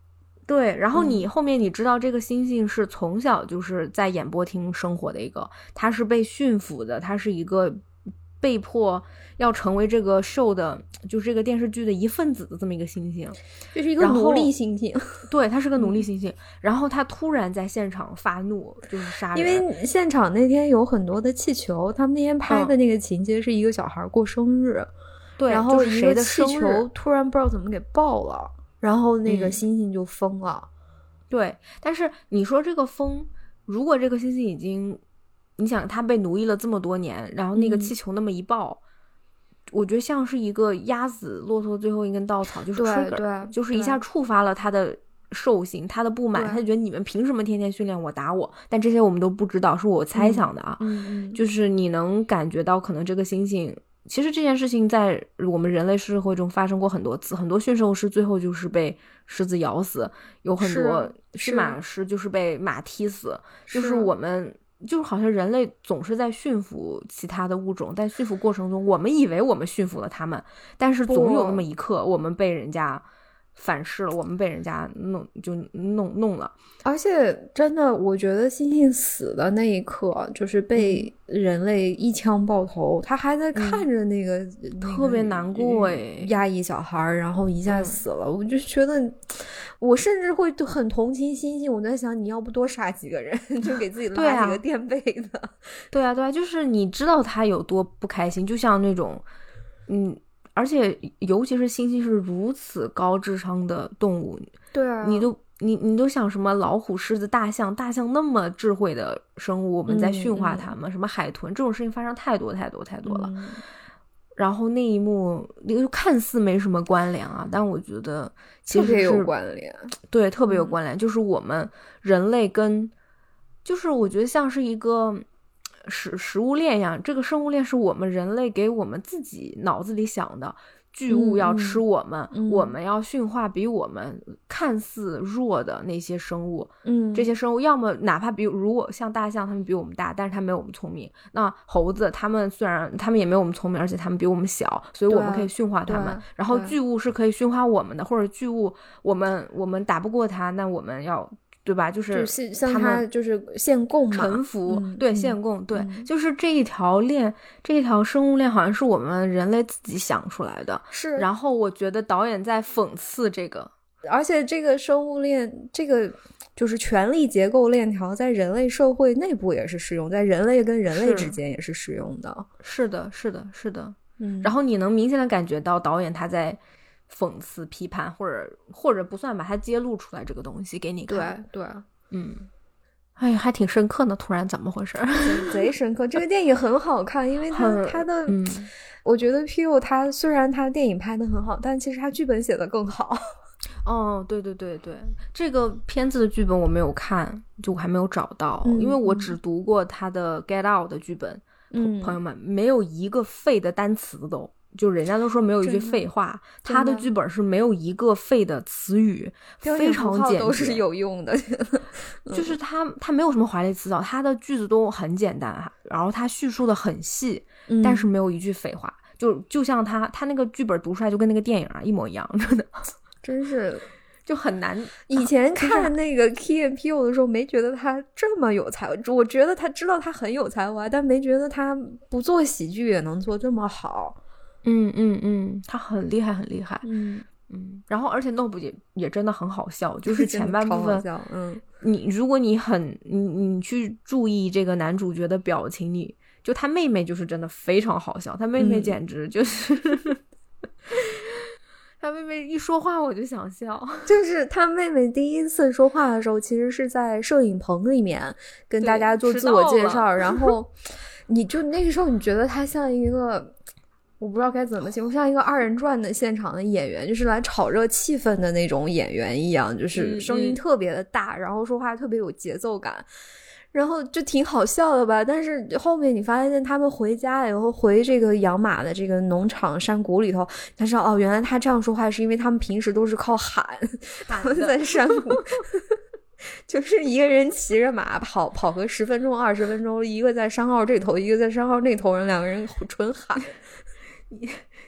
对，然后你后面你知道这个猩猩是从小就是在演播厅生活的一个，他是被驯服的，他是一个被迫要成为这个 show 的，就是这个电视剧的一份子的这么一个猩猩， 就是一个奴隶猩猩。 对，他是个奴隶猩猩。然后他突然在现场发怒，就是杀人。 因为现场那天有很多的气球，他们那天拍的那个情节是一个小孩过生日， 对、嗯， 然后一个气球突然不知道怎么给爆了，然后那个猩猩就疯了。 嗯、对，但是你说这个疯，如果这个猩猩已经。你想他被奴役了这么多年，然后那个气球那么一爆、嗯、我觉得像是一个压死骆驼最后一根稻草，就是 trigger， 对对， 就是一下触发了他的兽性，他的不满，他就觉得你们凭什么天天训练我打我，但这些我们都不知道，是我猜想的啊、 嗯嗯、 就是你能感觉到可能这个猩猩，其实这件事情在我们人类社会中发生过很多次，很多驯兽师最后就是被狮子咬死，有很多驯马师就是被马踢死，是就是我们就是好像人类总是在驯服其他的物种，在驯服过程中我们以为我们驯服了他们，但是总有那么一刻我们被人家反噬了，我们被人家弄就弄弄了。 而且真的我觉得猩猩死的那一刻就是被人类一枪爆头、嗯、他还在看着那个、 嗯、特别难过诶， 亚裔小孩然后一下死了、嗯、我就觉得我甚至会很同情猩猩，我在想你要不多杀几个人就给自己拉几个垫背的。 对啊对啊，就是你知道他有多不开心，就像那种嗯，而且尤其是猩猩是如此高智商的动物， 对啊， 你都你你都想什么老虎、狮子、大象，大象那么智慧的生物，我们在驯化它们、嗯嗯、什么海豚，这种事情发生太多太多太多了、嗯、然后那一幕那个看似没什么关联啊，但我觉得其实是特别有关联， 对，特别有关联、嗯、就是我们人类跟就是我觉得像是一个食食物链一样，这个生物链是我们人类给我们自己脑子里想的，巨物要吃我们、嗯、我们要驯化比我们看似弱的那些生物， 嗯， 这些生物要么哪怕比如果像大象他们比我们大，但是他没有我们聪明，那猴子他们虽然他们也没有我们聪明，而且他们比我们小，所以我们可以驯化他们，然后巨物是可以驯化我们的，或者巨物我们我们打不过他，那我们要对吧，就是像他就是献贡嘛， 臣服、 嗯、 对献贡、嗯、对、 嗯、 就是这一条链这一条生物链好像是我们人类自己想出来的， 是， 然后我觉得导演在讽刺这个， 而且这个生物链这个就是权力结构链条在人类社会内部也是适用，在人类跟人类之间也是适用的， 是的是的是的， 嗯， 然后你能明显的感觉到导演他在讽刺批判，或者或者不算把它揭露出来这个东西给你看， 对对， 嗯，哎呀还挺深刻的，突然怎么回事贼深刻。这个电影很好看，因为它它的、 嗯、 我觉得 Peele 他虽然他电影拍得很好，但其实他剧本写得更好。 哦对对对对，这个片子的剧本我没有看，就我还没有找到、嗯、因为我只读过他的 Get Out 的剧本、嗯、朋友们没有一个废的单词都，就人家都说没有一句废话，他的剧本是没有一个废的词语，非常简洁， 都是有用的就是他他没有什么华丽词藻，他的句子都很简单，然后他叙述的很细、嗯、但是没有一句废话，就就像他他那个剧本读出来就跟那个电影啊一模一样，真的真是就很难。 以前看那个 Key and Peele 的时候没觉得他这么有才，我觉得他知道他很有才华，但没觉得他不做喜剧也能做这么好。 嗯嗯嗯，他很厉害很厉害， 嗯嗯，然后而且 Nope 也也真的很好笑，就是前半部分， 嗯， 你如果你很你你去注意这个男主角的表情，你就他妹妹就是真的非常好笑，他妹妹简直就是、嗯、他妹妹一说话我就想笑， 就是他妹妹第一次说话的时候其实是在摄影棚里面跟大家做自我介绍，然后你就那个时候你觉得他像一个我不知道该怎么形容，像一个二人转的现场的演员，就是来炒热气氛的那种演员一样，就是声音特别的大、嗯嗯、然后说话特别有节奏感，然后就挺好笑的吧。但是后面你发现他们回家以后回这个养马的这个农场山谷里头，他说哦原来他这样说话是因为他们平时都是靠喊，他们在山谷就是一个人骑着马跑跑个十分钟二十分钟，一个在山坳这头一个在山坳那头，两个人纯喊你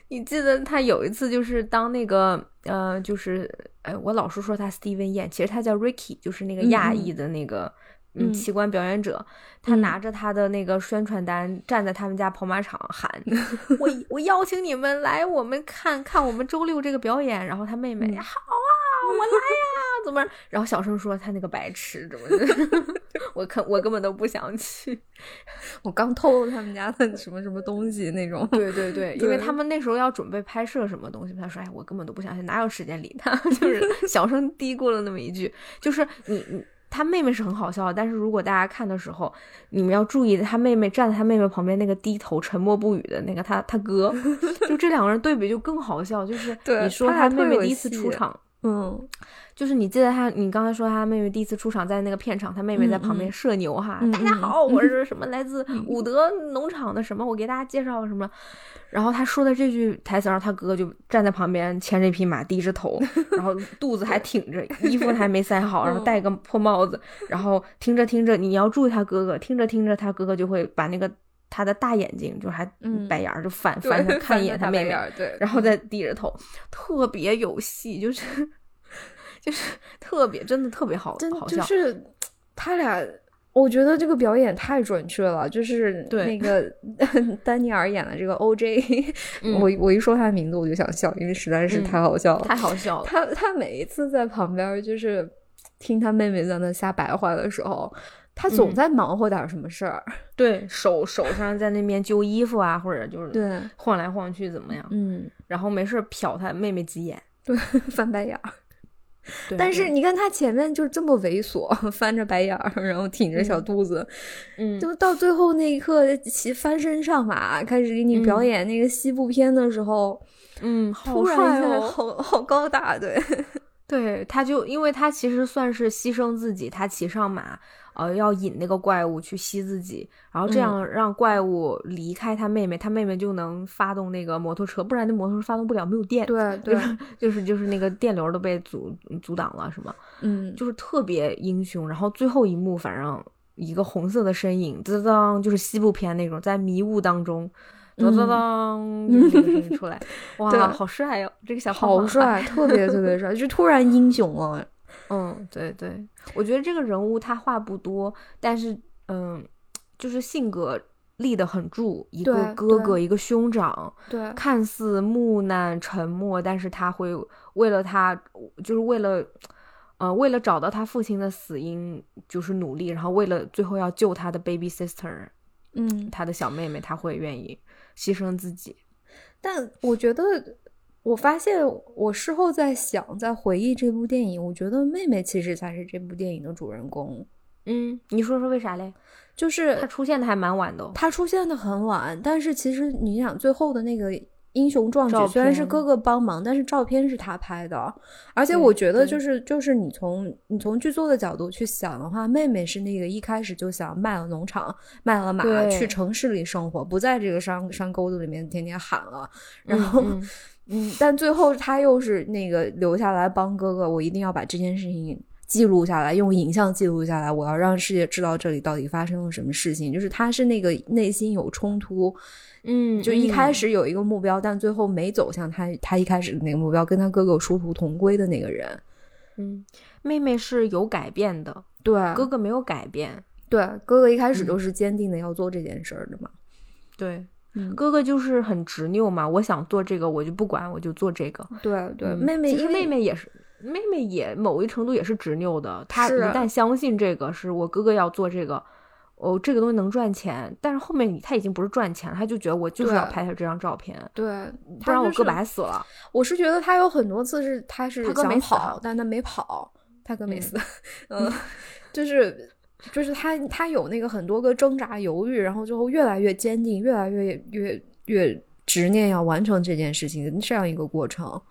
你记得他有一次就是当那个呃，就是哎，我老是说他 Steven Yeun， 其实他叫 Ricky， 就是那个亚裔的那个嗯奇观表演者，他拿着他的那个宣传单站在他们家跑马场喊我我邀请你们来我们看看我们周六这个表演，然后他妹妹、嗯、好啊我来呀怎么然后小声说他那个白痴怎么我看我根本都不想去， 我刚偷了他们家的什么什么东西那种。 对对对，因为他们那时候要准备拍摄什么东西，他说哎我根本都不想去，哪有时间理他就是小声嘀咕了那么一句，就是你你他妹妹是很好笑的，但是如果大家看的时候你们要注意他妹妹站在他妹妹旁边那个低头沉默不语的那个他他哥就这两个人对比就更好笑，就是你说他妹妹第一次出场嗯， 就是你记得他你刚才说他妹妹第一次出场在那个片场，他妹妹在旁边射牛哈、嗯、大家好、嗯、我是什么来自伍德农场的什么、嗯、我给大家介绍什么，然后他说的这句台词，然后他哥就站在旁边牵着一匹马低着头然后肚子还挺着衣服还没塞好然后戴个破帽子，然后听着听着你要注意他哥哥，听着听着他哥哥就会把那个他的大眼睛就还白眼就翻、嗯、翻着看一眼他妹妹， 对， 然后再低着头，特别有戏，就是就是特别真的特别好好笑， 就是他俩我觉得这个表演太准确了，就是那个丹尼尔演的这个 O J 嗯、 我我一说他的名字我就想笑，因为实在是太好笑了、 嗯、太好笑了。 他他每一次在旁边就是听他妹妹在那瞎白话的时候，他总在忙活点什么事儿、嗯、 对手手上在那边揪衣服啊，或者就是对晃来晃去怎么样， 嗯， 然后没事瞟他妹妹几眼， 对，翻白眼儿。但是你看他前面就这么猥琐，翻着白眼儿，然后挺着小肚子， 嗯， 就到最后那一刻骑翻身上马开始给你表演那个西部片的时候， 嗯， 突然一下好好高大，对对，他就因为他其实算是牺牲自己，他骑上马呃，要引那个怪物去吸自己，然后这样让怪物离开他妹妹、嗯、他妹妹就能发动那个摩托车，不然那摩托车发动不了，没有电， 对对， 就是就是就是那个电流都被阻阻挡了，是吗？ 嗯， 就是特别英雄。然后最后一幕反正一个红色的身影滋当，就是西部片那种在迷雾当中滋当、嗯、就是这个声音出来哇好帅哟、哦、这个小胖好帅特别特别帅就突然英雄了。 嗯，对对，我觉得这个人物他话不多，但是嗯，就是性格立得很住，一个哥哥，一个兄长， 对， 看似木讷沉默，但是他会为了他，就是为了，呃，为了找到他父亲的死因，就是努力，然后为了最后要救他的 baby sister， 嗯， 他的小妹妹，他会愿意牺牲自己。 但我觉得。我发现我事后在想在回忆这部电影，我觉得妹妹其实才是这部电影的主人公。 嗯，你说说为啥嘞？ 就是她出现的还蛮晚的、哦、 她出现的很晚，但是其实你想最后的那个英雄壮举虽然是哥哥帮忙，但是照片是他拍的，而且我觉得就是就是你从你从剧作的角度去想的话，妹妹是那个一开始就想卖了农场卖了马去城市里生活，不在这个山山沟子里面天天喊了，然后嗯嗯嗯，但最后他又是那个留下来帮哥哥，我一定要把这件事情记录下来，用影像记录下来，我要让世界知道这里到底发生了什么事情。就是他是那个内心有冲突， 嗯， 就一开始有一个目标、嗯、但最后没走向他他一开始的那个目标，跟他哥哥殊途同归的那个人。 嗯，妹妹是有改变的， 对， 哥哥没有改变， 对，哥哥一开始都是坚定的要做这件事的嘛、嗯、 对。嗯，哥哥就是很执拗嘛，我想做这个我就不管，我就做这个。 对对、嗯， 妹妹其实妹妹也是，妹妹也某一程度也是执拗的。她一旦相信这个是我哥哥要做这个，哦，这个东西能赚钱，但是后面他已经不是赚钱，他就觉得我就是要拍他这张照片， 对， 不然我哥白死了。 我是觉得他有很多次是他是他哥没跑，但他没跑，他哥没死，嗯，嗯就是。就是他他有那个很多个挣扎犹豫，然后最后越来越坚定，越来越越越执念要完成这件事情这样一个过程。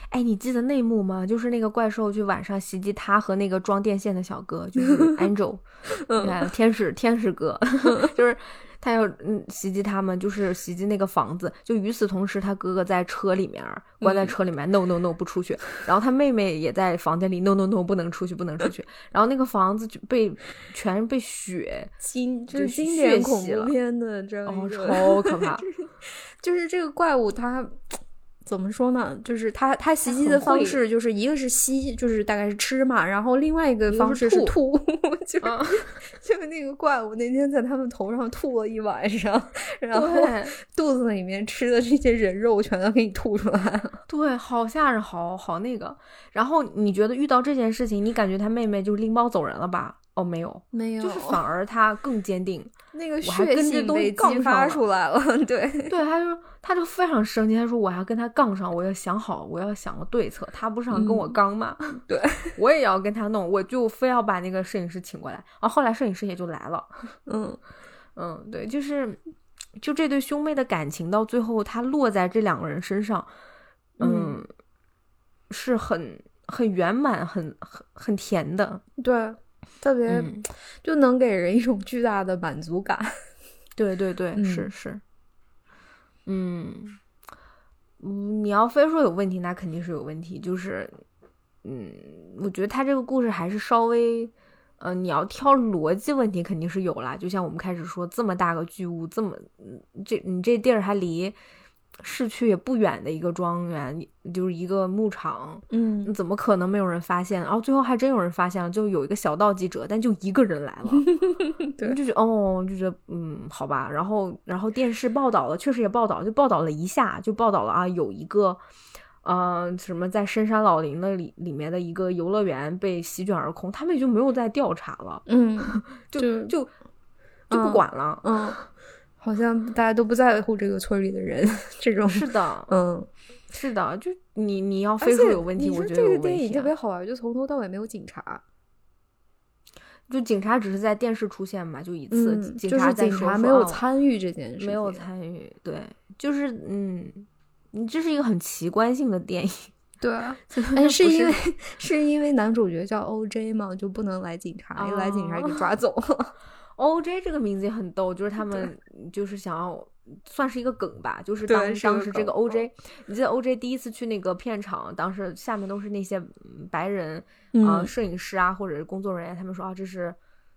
哎，你记得内幕吗？就是那个怪兽去晚上袭击他和那个装电线的小哥，就是 Angel， 你看天使天使哥，就是他要嗯袭击他们，就是袭击那个房子。就与此同时，他哥哥在车里面关在车里面、嗯、，no no no 不出去。然后他妹妹也在房间里 ，no no no 不能出去不能出去。然后那个房子就被全被血经就是经典恐怖片的这样一个、 哦、超可怕。 就是这个怪物它。怎么说呢？就是他他袭击的方式，就是一个是吸，就是大概是吃嘛，然后另外一个方式是吐，就、嗯、就那个怪物那天在他们头上吐了一晚上，然后肚子里面吃的这些人肉全都给你吐出来了。 对，好吓人，好好那个。然后你觉得遇到这件事情，你感觉他妹妹就拎包走人了吧？哦，没有， 没有， 就是反而他更坚定。 那个血性被激发出来了，对对，他就他就非常生气，他说我要跟他杠上，我要想好，我要想个对策。他不是想跟我杠吗？ 嗯、对， 我也要跟他弄，我就非要把那个摄影师请过来。然后后来摄影师也就来了。 嗯嗯，对，就是就这对兄妹的感情到最后，他落在这两个人身上，嗯，嗯是很很圆满，很很很甜的。 对。特别、嗯、就能给人一种巨大的满足感。 对对对、嗯、是是嗯嗯，你要非说有问题那肯定是有问题，就是嗯我觉得他这个故事还是稍微呃你要挑逻辑问题肯定是有啦，就像我们开始说这么大个巨物，这么这你这地儿还离市区也不远的一个庄园，就是一个牧场， 嗯， 怎么可能没有人发现？然后最后还真有人发现了，就有一个小道记者，但就一个人来了， 对， 就觉得哦，就觉得嗯，好吧。然后，然后电视报道了，确实也报道，就报道了一下，就报道了啊，有一个呃什么在深山老林的里里面的一个游乐园被席卷而空，他们也就没有再调查了， 嗯， 就就就不管了， 嗯。嗯好像大家都不在乎这个村里的人，这种是的， 嗯， 是的，就你你要非说有问题，我觉得有问题、啊。 这个电影特别好玩，就从头到尾没有警察， 就警察只是在电视出现嘛，就一次， 嗯、 警察在就是警察没有参与这件事， 没有参与，对，就是嗯，你这是一个很奇观性的电影， 对啊，哎，是因为是因为男主角叫 O J 嘛，就不能来警察，一、哦、来警察给抓走了。 O J 这个名字也很逗，就是他们就是想要算是一个梗吧，就是当当时这个 O J， 你记得 O J 第一次去那个片场，当时下面都是那些白人啊、呃、摄影师啊或者是工作人员，他们说啊这是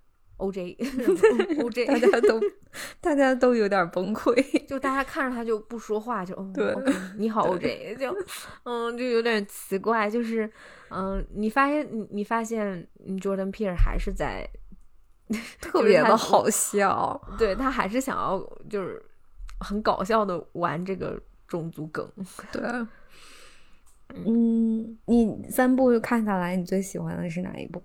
O J O J， 大家都大家都有点崩溃， 就大家看着他就不说话，就哦对、 okay, 你好 O J， 就嗯就有点奇怪，就是嗯、呃、你发现你你发现 Jordan Peele 还是在。 特别的好笑， 对，他还是想要就是很搞笑的玩这个种族梗。 对，嗯，你三部看下来，你最喜欢的是哪一部？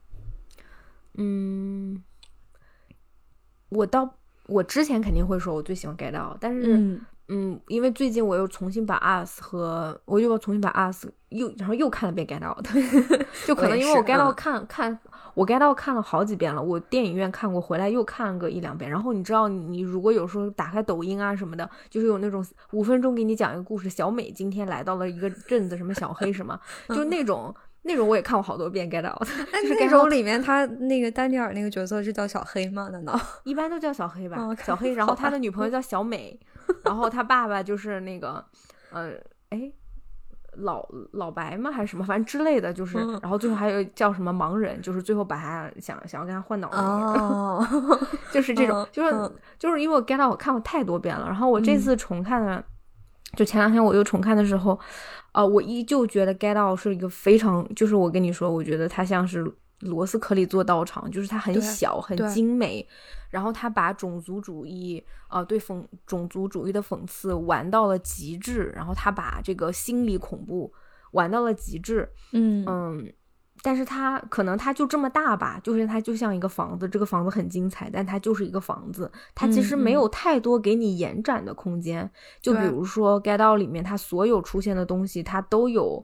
嗯，我到我之前肯定会说我最喜欢 Get Out， 但是嗯, 嗯，因为最近我又重新把 Us 和我又重新把 Us 又然后又看了遍 Get Out， 就可能因为我 Get Out 看看。我 Get Out 看了好几遍了，我电影院看过，回来又看个一两遍。然后你知道，你如果有时候打开抖音啊什么的，就是有那种五分钟给你讲一个故事，小美今天来到了一个镇子，什么小黑什么，就那种那种我也看过好多遍 Get Out。 就是那种里面他那个丹尼尔那个角色是叫小黑吗？难道一般都叫小黑吧？ 哦、 小黑，然后他的女朋友叫小美，然后他爸爸就是那个，呃，哎。老老白吗还是什么反正之类的，就是、嗯、然后最后还有叫什么盲人，就是最后把他想想要跟他换脑袋、 哦、 就是这种、 嗯、 就是、嗯、就是因为我 Get Out 我看过太多遍了，然后我这次重看了、嗯、就前两天我又重看的时候呃，我依旧觉得 Get Out 是一个非常就是我跟你说我觉得它像是罗斯克里做道场，就是它很小很精美，然后他把种族主义呃对讽种族主义的讽刺玩到了极致，然后他把这个心理恐怖玩到了极致。 嗯嗯，但是他可能他就这么大吧，就是他就像一个房子，这个房子很精彩，但它就是一个房子，它其实没有太多给你延展的空间。嗯嗯就比如说 Get Out 里面它所有出现的东西它都有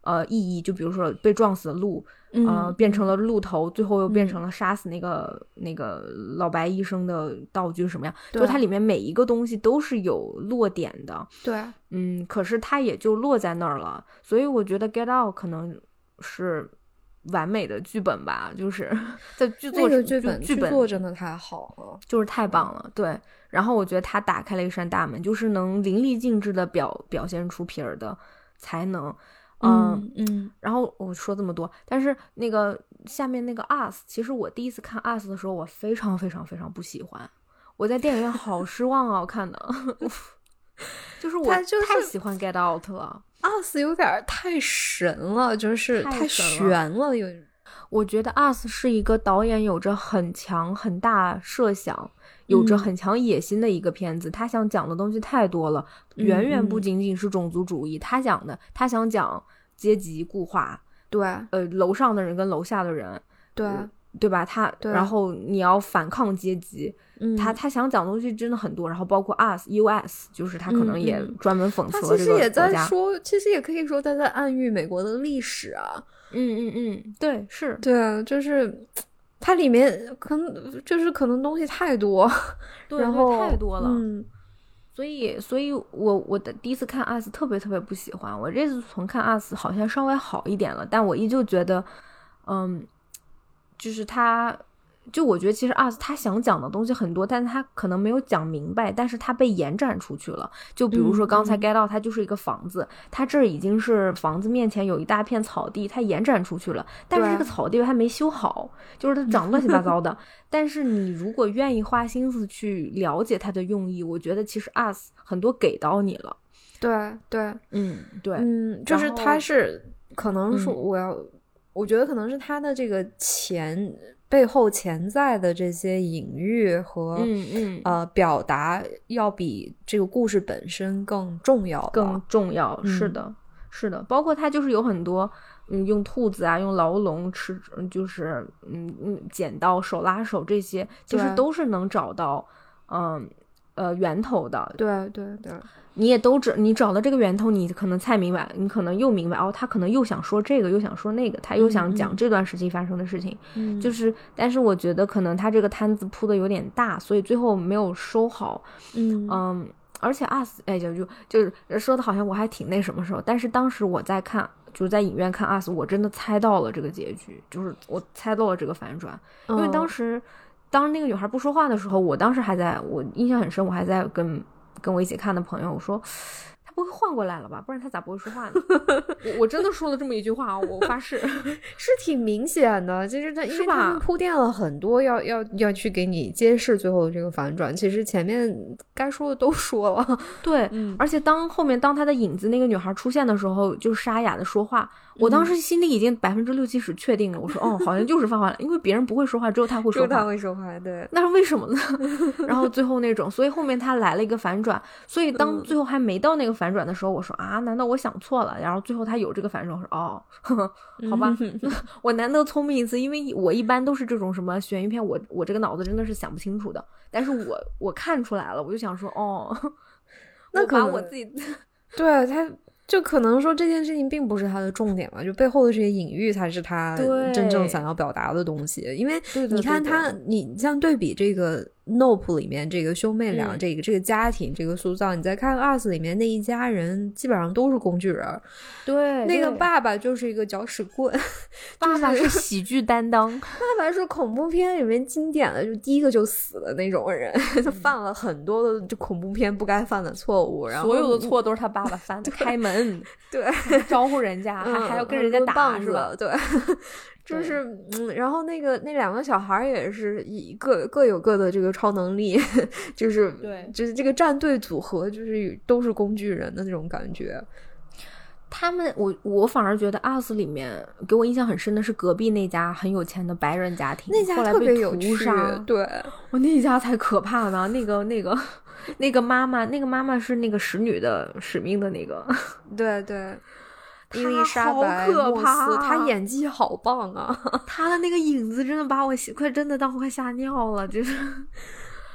呃意义，就比如说被撞死的鹿，呃， 嗯、 变成了鹿头，最后又变成了杀死那个、嗯、那个老白医生的道具什么样，就它里面每一个东西都是有落点的。 对， 嗯，可是它也就落在那儿了，所以我觉得 Get Out 可能是完美的剧本吧，就是在剧作、 那个剧本剧本剧作真的太好了， 就是太棒了。对，然后我觉得他打开了一扇大门，就是能淋漓尽致的表表现出皮儿的才能。 嗯嗯， 然后我说这么多，但是那个下面那个 Us， 其实我第一次看 Us 的时候，我非常非常非常不喜欢，我在电影院好失望啊！我看的，就是我太喜欢 Get Out 了。 Us 有点太神了，就是太悬了。有， 我觉得 Us 是一个导演有着很强很大设想，有着很强野心的一个片子。嗯、他想讲的东西太多了，远远不仅仅是种族主义。嗯、他讲的，他想讲阶级固化， 对， 呃，楼上的人跟楼下的人， 对。 呃对吧？他然后你要反抗阶级， 嗯、 他他想讲的东西真的很多，然后包括 us U S， 就是他可能也专门讽刺了这个国家。 他其实也在说，其实也可以说他在暗喻美国的历史啊。 嗯嗯嗯，对，是， 对啊，就是它里面可能就是可能东西太多， 对， 然后太多了， 嗯。 所以，所以我我的第一次看 us 特别特别不喜欢，我这次从看 us 好像稍微好一点了，但我依旧觉得，嗯。就是他，就我觉得其实 us 他想讲的东西很多，但是他可能没有讲明白，但是他被延展出去了。就比如说刚才 Get Out，它就是一个房子，它这已经是房子面前有一大片草地，它延展出去了，但是这个草地还没修好，就是它长乱七八糟的。但是你如果愿意花心思去了解它的用意，我觉得其实 us 很多给到你了。 对对， 嗯，对， 嗯，就是它是可能是我要。 嗯我觉得可能是他的这个潜背后潜在的这些隐喻和嗯嗯呃表达要比这个故事本身更重要， 更重要。 嗯、 是的，是的，包括他就是有很多嗯用兔子啊，用牢笼吃，就是嗯嗯剪刀手拉手这些，其实都是能找到嗯呃源头的。 对对对。 你也都知，你找到这个源头，你可能才明白，你可能又明白哦，他可能又想说这个，又想说那个，他又想讲这段时期发生的事情， 嗯， 就是，但是我觉得可能他这个摊子铺的有点大，所以最后没有收好， 嗯嗯，而且 us， 哎，就就就是说的好像我还挺那什么时候，但是当时我在看，就是在影院看 us， 我真的猜到了这个结局，就是我猜到了这个反转，因为当时、哦、当那个女孩不说话的时候，我当时还在，我印象很深，我还在跟。跟我一起看的朋友，我说他不会换过来了吧？不然他咋不会说话呢？我我真的说了这么一句话，我发誓是挺明显的。其实他因为他们铺垫了很多，要要要去给你揭示最后的这个反转。其实前面该说的都说了。 对， 嗯、 而且当后面当他的影子那个女孩出现的时候，就沙哑的说话。我当时心里已经百分之六七十确定了，我说哦，好像就是范华兰，因为别人不会说话，只有他会说话， 只有他会说话，对。 那是为什么呢？然后最后那种，所以后面他来了一个反转，所以当最后还没到那个反转的时候，我说啊，难道我想错了？然后最后他有这个反转，我说哦，呵呵好吧，我难得聪明一次，因为我一般都是这种什么悬疑片，我我这个脑子真的是想不清楚的，但是我我看出来了，我就想说哦， 那可能我把我自己对他。就可能说这件事情并不是他的重点嘛，就背后的这些隐喻才是他真正想要表达的东西。因为你看他，你像对比这个 Nope 里面这个兄妹俩、嗯、这个这个家庭这个塑造，你再看 Us 里面那一家人基本上都是工具人。 对， 那个爸爸就是一个搅屎棍， 爸爸是喜剧担当， 爸爸是恐怖片里面经典的，就第一个就死的那种人，他犯了很多的就恐怖片不该犯的错误，然后所有的错都是他爸爸犯的，开门， 对， 招呼人家， 嗯、 还还要跟人家打，是吧？ 对。就是嗯，然后那个那两个小孩也是一个各有各的这个超能力，就是对， 就是这个战队组合就是都是工具人的那种感觉。 他们我我反而觉得 us 里面给我印象很深的是隔壁那家很有钱的白人家庭， 那家特别有屠杀， 对， 我那家才可怕呢。那个那个那个妈妈，那个妈妈是那个使女的使命的那个， 对对。伊丽莎白莫斯，她演技好棒啊！ 她的那个影子真的把我快真的当我快吓尿了，就是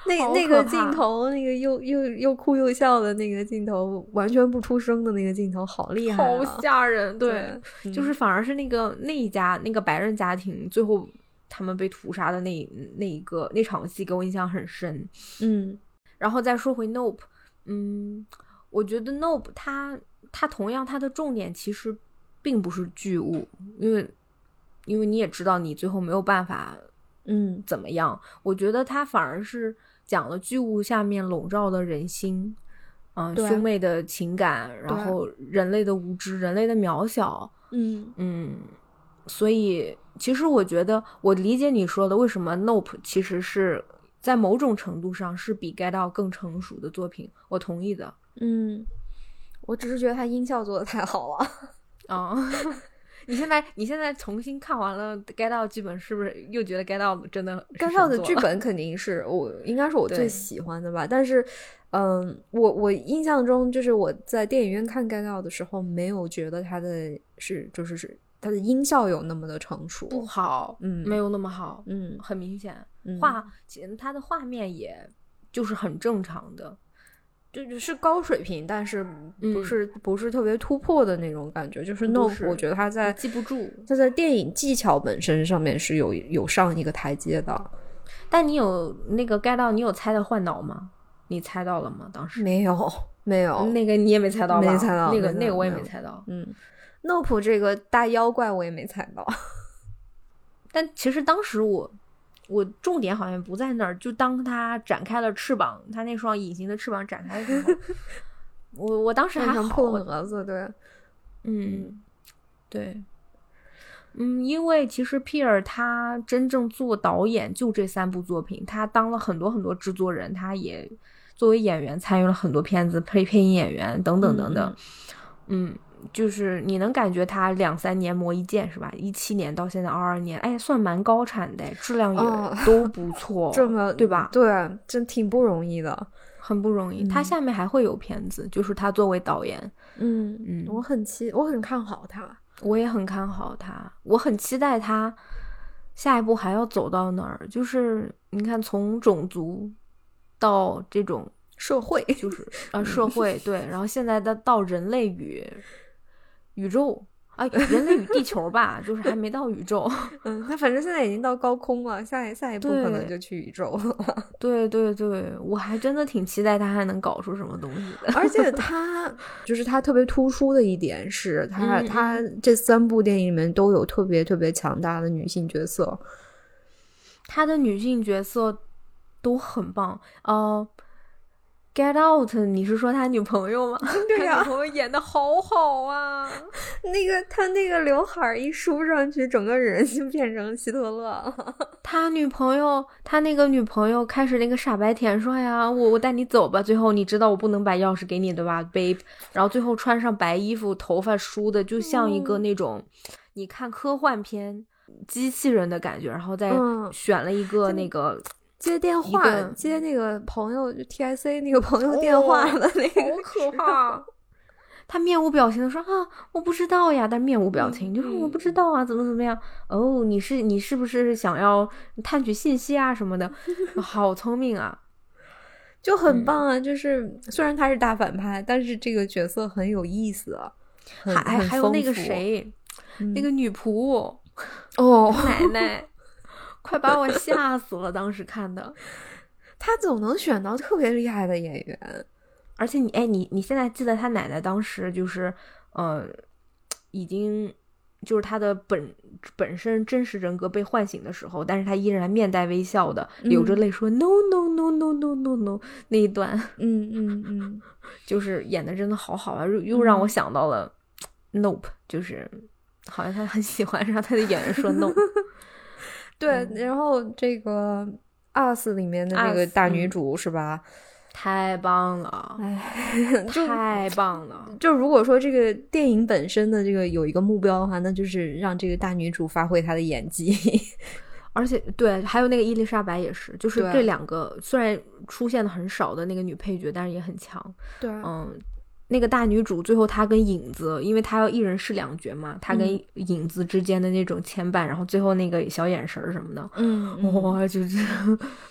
那那个镜头，那个又又又哭又笑的那个镜头，完全不出声的那个镜头，好厉害、啊， 好吓人。对， 对嗯、 就是反而是那个那一家那个白人家庭最后他们被屠杀的那那一个那场戏给我印象很深。 嗯， 然后再说回 Nope， 嗯，我觉得 Nope 它它同样它的重点其实并不是剧务，因为因为你也知道你最后没有办法。 嗯， 怎么样？我觉得他反而是讲了剧务下面笼罩的人心，嗯、呃，兄妹的情感，然后人类的无知，人类的渺小， 嗯嗯，所以其实我觉得，我理解你说的，为什么 Nope 其实是在某种程度上是比 Get Out 更成熟的作品，我同意的。 嗯，我只是觉得他音效做的太好了啊。哦你现在你现在重新看完了 Get Out 剧本，是不是又觉得 Get Out 真的 Get Out 的剧本肯定是我应该是我最喜欢的吧？但是，嗯，我我印象中就是我在电影院看 Get Out 的时候，没有觉得它的是就是是它的音效有那么的成熟， 不好， 嗯， 没有那么好， 嗯， 很明显， 嗯、 画其实它的画面也就是很正常的。 就是高水平，但是不是、嗯、不是特别突破的那种感觉。就是 Nope， 我觉得他在记不住， 他在电影技巧本身上面是有有上一个台阶的。 但你有那个 Get Out，你有猜到换脑吗？你猜到了吗？当时没有，没有， 那个你也没猜到吧？ 没猜到， 那个那个我也没猜到。 嗯 ，Nope 这个大妖怪我也没猜到。 但其实当时我。我重点好像不在那儿，就当他展开了翅膀，他那双隐形的翅膀展开的时候，我我当时还好， 破蛾子，对， 嗯，对，嗯，因为其实皮尔他真正做导演就这三部作品，他当了很多很多制作人，他也作为演员参与了很多片子，配配音演员等等等等，嗯。嗯就是你能感觉他两三年磨一剑是吧？一七年到现在二二年，哎，算蛮高产的，质量也都不错， 哦、这么对吧？ 对，真挺不容易的， 很不容易。嗯、他下面还会有片子，就是他作为导演， 嗯嗯，我很期，我很看好他， 我也很看好他，我很期待他下一步还要走到哪儿。就是你看，从种族到这种社会， 就是啊社会对，然后现在的到人类与。宇宙啊，人类与地球吧，就是还没到宇宙。 嗯，他反正现在已经到高空了，下一下一步可能就去宇宙了。 对对对，我还真的挺期待他还能搞出什么东西的。 而且他就是他特别突出的一点是他、 嗯、 他这三部电影里面都有特别特别强大的女性角色， 他的女性角色都很棒哦。呃Get Out， 你是说他女朋友吗？ 对呀、啊， 他女朋友演的好好啊！ 那个他那个刘海一梳上去，整个人就变成希特勒了。 他女朋友，他那个女朋友开始那个傻白甜说呀，我我带你走吧。最后你知道我不能把钥匙给你对吧 ，babe？ 然后最后穿上白衣服，头发梳的就像一个那种，嗯、你看科幻片机器人的感觉，然后再选了一个那个。嗯接电话，接那个朋友 T S A 那个朋友电话的那个、 哦，好可怕！他面无表情的说啊，我不知道呀，但面无表情，嗯、就说我不知道啊，怎么怎么样？哦，你是你是不是想要探取信息啊什么的？好聪明啊， 就很棒啊！嗯、就是虽然他是大反派，但是这个角色很有意思啊， 还还有那个谁，嗯、那个女仆哦， 奶奶。快把我吓死了！当时看的， 他总能选到特别厉害的演员， 而且你哎，你你现在记得他奶奶当时就是呃，已经就是他的本本身真实人格被唤醒的时候，但是他依然面带微笑的，流着泪说、嗯、no no no no no no no 那一段， 嗯嗯嗯， 就是演的真的好好啊，又让我想到了、嗯、Nope， 就是好像他很喜欢让他的演员说 no。 对、嗯，然后这个 Us 里面的那个大女主、嗯、是吧？ 太棒了， 哎， 太棒了！ 就如果说这个电影本身的这个有一个目标的话，那就是让这个大女主发挥她的演技。 而且对，还有那个伊丽莎白也是，就是这两个虽然出现的很少的那个女配角，但是也很强。 对， 嗯。那个大女主最后她跟影子，因为她要一人饰两角嘛，她跟影子之间的那种牵绊、嗯、然后最后那个小眼神什么的， 嗯， 哇、哦，就是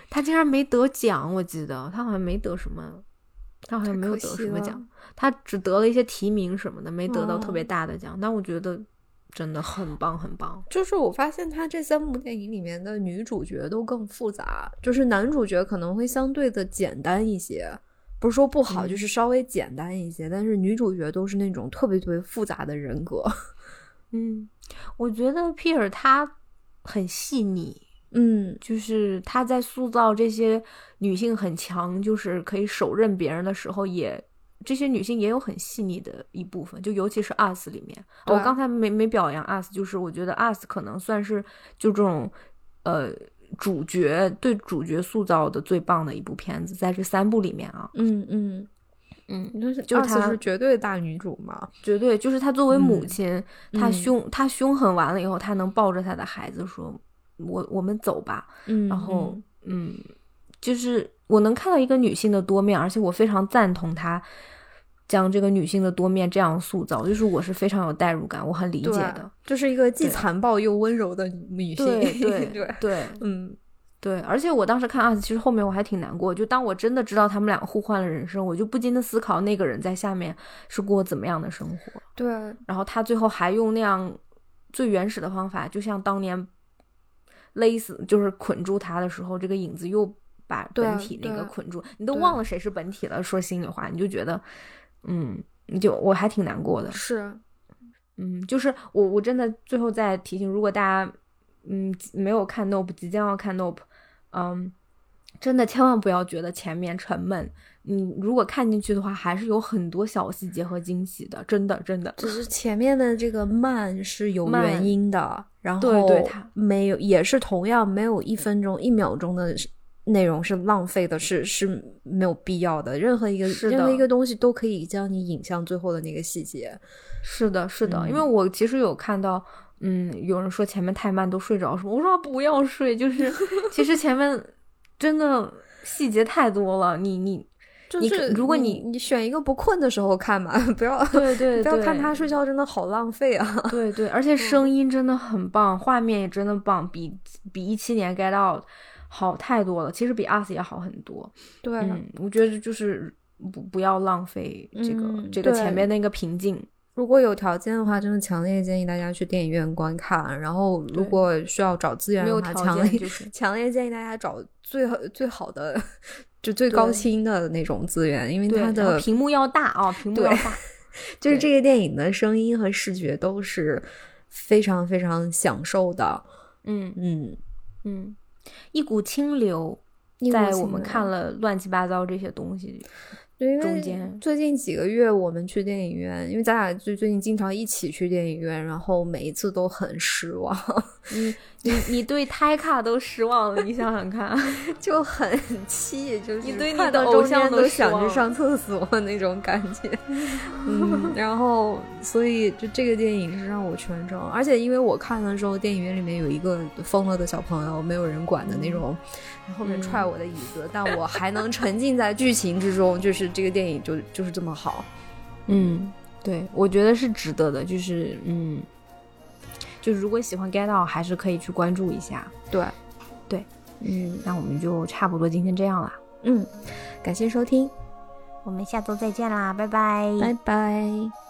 他竟然没得奖，我记得他好像没得什么，他好像没有得什么奖，他只得了一些提名什么的，没得到特别大的奖、嗯、但我觉得真的很棒很棒。 就是我发现他这三部电影里面的女主角都更复杂，就是男主角可能会相对的简单一些，不是说不好、嗯、就是稍微简单一些，但是女主角都是那种特别特别复杂的人格。 嗯，我觉得皮尔他很细腻， 嗯， 就是他在塑造这些女性很强，就是可以手刃别人的时候，也这些女性也有很细腻的一部分，就尤其是 us 里面。我刚才没没表扬 us， 就是我觉得 us 可能算是就这种呃主角对主角塑造的最棒的一部片子，在这三部里面啊。 嗯嗯嗯， 就是她是绝对大女主嘛， 绝对就是她作为母亲， 嗯、 她凶她凶狠完了以后，她能抱着她的孩子说：“我我们走吧。” 嗯， 然后嗯，就是我能看到一个女性的多面，而且我非常赞同她将这个女性的多面这样塑造，就是我是非常有代入感，我很理解的， 就是一个既残暴又温柔的女性。 对对对对， 嗯。 对，而且我当时看二次，其实后面我还挺难过，就当我真的知道他们两个互换了人生，我就不禁的思考那个人在下面是过怎么样的生活。 对， 然后他最后还用那样最原始的方法，就像当年勒死就是捆住他的时候，这个影子又把本体那个捆住，你都忘了谁是本体了，说心里话，你就觉得嗯你就我还挺难过的。 是嗯，就是我我真的最后再提醒，如果大家嗯没有看 Nope 即将要看 Nope，嗯，真的千万不要觉得前面沉闷，你如果看进去的话还是有很多小细节和惊喜的，真的真的。 只是前面的这个慢是有原因的，然后对对，它没有也是同样没有一分钟一秒钟的内容是浪费的，是是没有必要的，任何一个任何一个东西都可以将你引向最后的那个细节。 是的是的、嗯、因为我其实有看到嗯，有人说前面太慢都睡着什么，我说不要睡，就是其实前面真的细节太多了，你你就是你如果你你选一个不困的时候看嘛，不要对对对， 不要看他睡觉，真的好浪费啊。 对对，而且声音真的很棒，嗯、画面也真的棒，比比一七年 Get Out 好太多了，其实比 Us 也好很多。 对， 嗯，我觉得就是不不要浪费这个、 嗯、 这个前面那个平静。 如果有条件的话，真的强烈建议大家去电影院观看。然后，如果需要找资源的话，强烈、就是、强烈建议大家找最最好的，就最高清的那种资源，因为它的屏幕要大啊，屏幕要大。 就是这个电影的声音和视觉都是非常非常享受的。 嗯嗯嗯，一股清流，在我们看了乱七八糟这些东西。 对，因为最近几个月我们去电影院，因为咱俩最最近经常一起去电影院，然后每一次都很失望。 你你你对泰卡都失望了，你想想看， 就很气，就是你对你的偶像都想去上厕所那种感觉。嗯，然后所以就这个电影是让我全程，而且因为我看的时候，电影院里面有一个疯了的小朋友，没有人管的那种，嗯、后面踹我的椅子，嗯、但我还能沉浸在剧情之中，就是。这个电影就就是这么好。 嗯，对，我觉得是值得的，就是嗯，就是如果喜欢 Get Out 还是可以去关注一下。 对对， 嗯， 那我们就差不多今天这样啦。 嗯，感谢收听， 我们下周再见啦，拜拜， 拜拜。